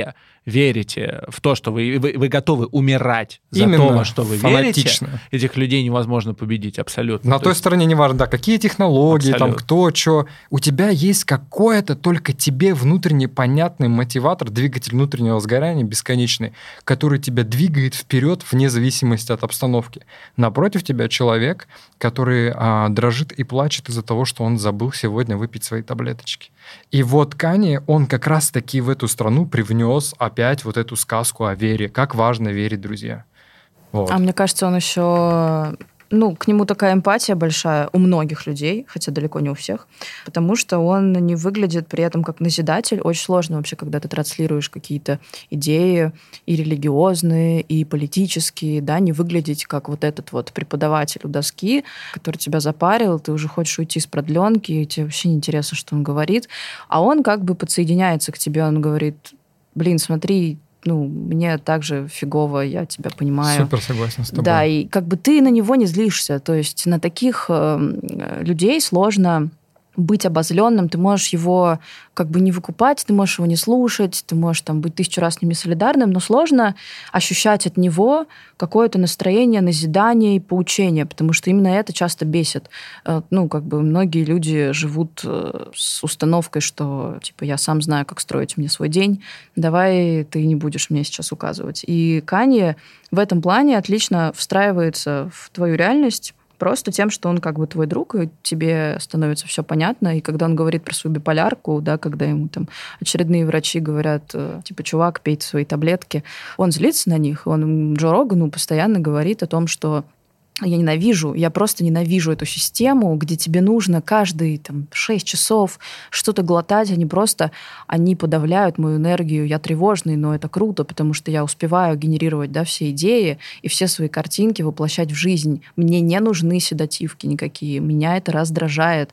верите в то, что вы, вы, вы готовы умирать за Именно, то, во что вы фанатично. верите, этих людей невозможно победить абсолютно. На То той есть- стороне неважно, да, какие технологии, там, Абсолютно. кто, что. У тебя есть какой-то только тебе внутренне понятный мотиватор, двигатель внутреннего сгорания бесконечный, который тебя двигает вперед вне зависимости от обстановки. Напротив тебя человек, который а, дрожит и плачет из-за того, что он забыл сегодня выпить свои таблеточки. И вот Канье, он как раз-таки в эту страну привнес опять вот эту сказку о вере. Как важно верить, друзья. Вот. А мне кажется, он еще... Ну, к нему такая эмпатия большая у многих людей, хотя далеко не у всех, потому что он не выглядит при этом как назидатель. Очень сложно вообще, когда ты транслируешь какие-то идеи и религиозные, и политические, да, не выглядеть как вот этот вот преподаватель у доски, который тебя запарил, ты уже хочешь уйти с продленки, и тебе вообще не интересно, что он говорит. А он как бы подсоединяется к тебе, он говорит, блин, смотри, ну, мне так же фигово, я тебя понимаю. Супер согласен с тобой. Да, и как бы ты на него не злишься. То есть на таких э, людей сложно быть обозленным, ты можешь его как бы не выкупать, ты можешь его не слушать, ты можешь там быть тысячу раз с ними солидарным, но сложно ощущать от него какое-то настроение назидания и поучения, потому что именно это часто бесит. Ну, как бы многие люди живут с установкой, что типа я сам знаю, как строить мне свой день, давай ты не будешь мне сейчас указывать. И Канье в этом плане отлично встраивается в твою реальность, просто тем, что он как бы твой друг, и тебе становится все понятно. И когда он говорит про свою биполярку, да, когда ему там очередные врачи говорят, типа, чувак, пей свои таблетки, он злится на них. Он Джо Рогану постоянно говорит о том, что я ненавижу, я просто ненавижу эту систему, где тебе нужно каждые там, шесть часов что-то глотать, они просто, они подавляют мою энергию, я тревожный, но это круто, потому что я успеваю генерировать, да, все идеи и все свои картинки воплощать в жизнь. Мне не нужны седативки никакие, меня это раздражает.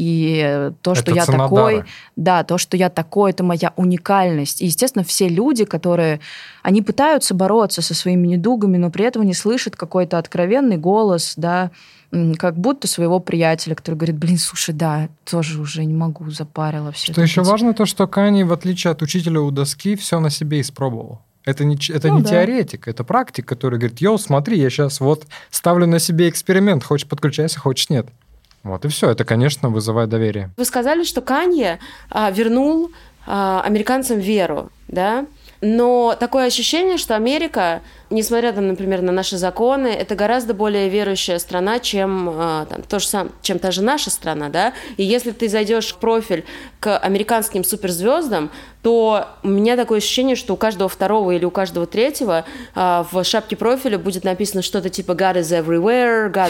И то, это что я цена такой, дара. да, то, что я такой, это моя уникальность. И, естественно, все люди, которые, они пытаются бороться со своими недугами, но при этом не слышат какой-то откровенный голос, голос, да, как будто своего приятеля, который говорит, блин, слушай, да, тоже уже не могу, запарила все. Что еще важно, то, что Канье, в отличие от учителя у доски, все на себе испробовал. Это не, это ну, не да. теоретик, это практик, который говорит, йоу, смотри, я сейчас вот ставлю на себе эксперимент, хочешь подключайся, хочешь нет. Вот и все, это, конечно, вызывает доверие. Вы сказали, что Канье а, вернул а, американцам веру, да? Но такое ощущение, что Америка, несмотря, там, например, на наши законы, это гораздо более верующая страна, чем, там, то же сам, чем та же наша страна, да? И если ты зайдешь в профиль к американским суперзвездам, то у меня такое ощущение, что у каждого второго или у каждого третьего а, в шапке профиля будет написано что-то типа God is everywhere, God...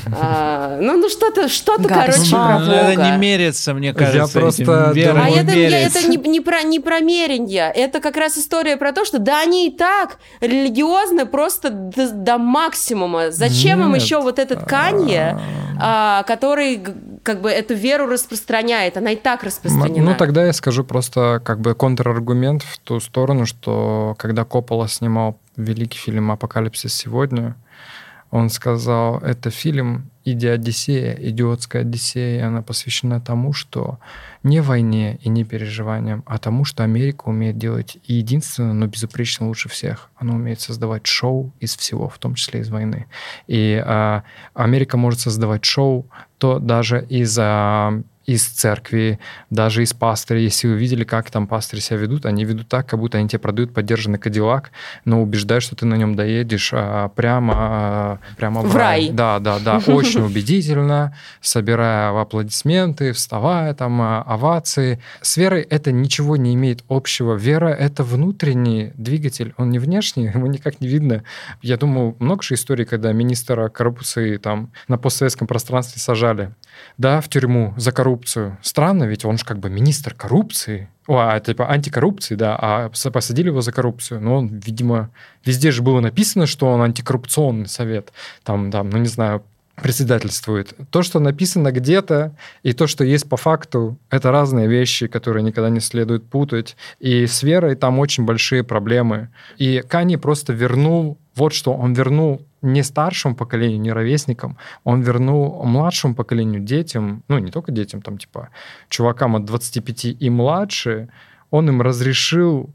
а, ну, ну, что-то, что-то, короче, про Бога. Это не мерится, мне кажется, я просто верой А это, меряется. это не, не, про, не про меренье, это как раз история про то, что да, они и так религиозны просто до, до максимума. Зачем Нет. им еще вот этот Канье, а, который как бы эту веру распространяет? Она и так распространена. Ну, тогда я скажу просто как бы контраргумент в ту сторону, что когда Коппола снимал великий фильм «Апокалипсис сегодня», он сказал, это фильм «Иди-Одиссея», идиотская Одиссея, и она посвящена тому, что не войне и не переживаниям, а тому, что Америка умеет делать и единственно, но безупречно лучше всех. Она умеет создавать шоу из всего, в том числе из войны. И а, Америка может создавать шоу, то даже из... А, из церкви, даже из пастырей. Если вы видели, как там пастыри себя ведут, они ведут так, как будто они тебе продают подержанный Кадиллак, но убеждают, что ты на нем доедешь а, прямо, а, прямо в, в рай. рай. Да, да, да. Очень убедительно, собирая аплодисменты, вставая, там, овации. С верой это ничего не имеет общего. Вера — это внутренний двигатель, он не внешний, его никак не видно. Я думаю, много же историй, когда министра коррупции там на постсоветском пространстве сажали, да, в тюрьму за коррупцию. Странно, ведь он же как бы министр коррупции. О, а, типа антикоррупции, да, а посадили его за коррупцию. Но он, видимо, везде же было написано, что он антикоррупционный совет. Там, там, ну не знаю, председательствует. То, что написано где-то, и то, что есть по факту, это разные вещи, которые никогда не следует путать. И с верой там очень большие проблемы. И Канье просто вернул, вот что, он вернул не старшему поколению, не ровесникам, он вернул младшему поколению, детям, ну, не только детям, там, типа, чувакам от двадцати пяти и младше, он им разрешил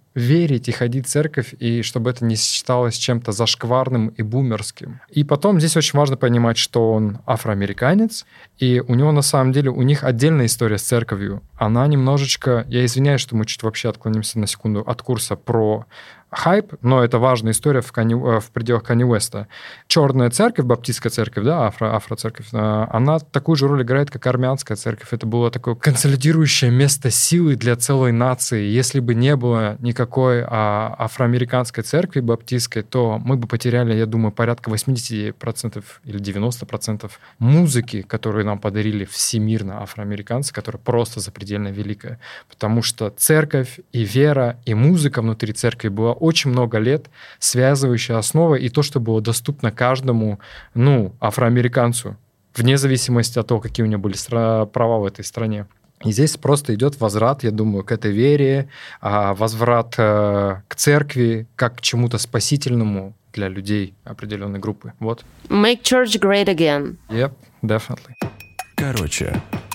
верить и ходить в церковь, и чтобы это не считалось чем-то зашкварным и бумерским. И потом здесь очень важно понимать, что он афроамериканец, и у него на самом деле, у них отдельная история с церковью. Она немножечко, я извиняюсь, что мы чуть вообще отклонимся на секунду от курса про хайп, но это важная история в, Кани, в пределах Канье Уэста. Черная церковь, баптистская церковь, да, афро, афроцерковь, она такую же роль играет, как армянская церковь. Это было такое консолидирующее место силы для целой нации. Если бы не было никакой а, афроамериканской церкви баптистской, то мы бы потеряли, я думаю, порядка восемьдесят процентов или девяносто процентов музыки, которую нам подарили всемирно афроамериканцы, которая просто запредельно великая. Потому что церковь и вера, и музыка внутри церкви была очень много лет связывающая основа, и то, что было доступно каждому, ну, афроамериканцу, вне зависимости от того, какие у него были стра- права в этой стране. И здесь просто идет возврат, я думаю, к этой вере, возврат к церкви, как к чему-то спасительному для людей определенной группы. Вот. Make church great again. Yep, definitely. Короче.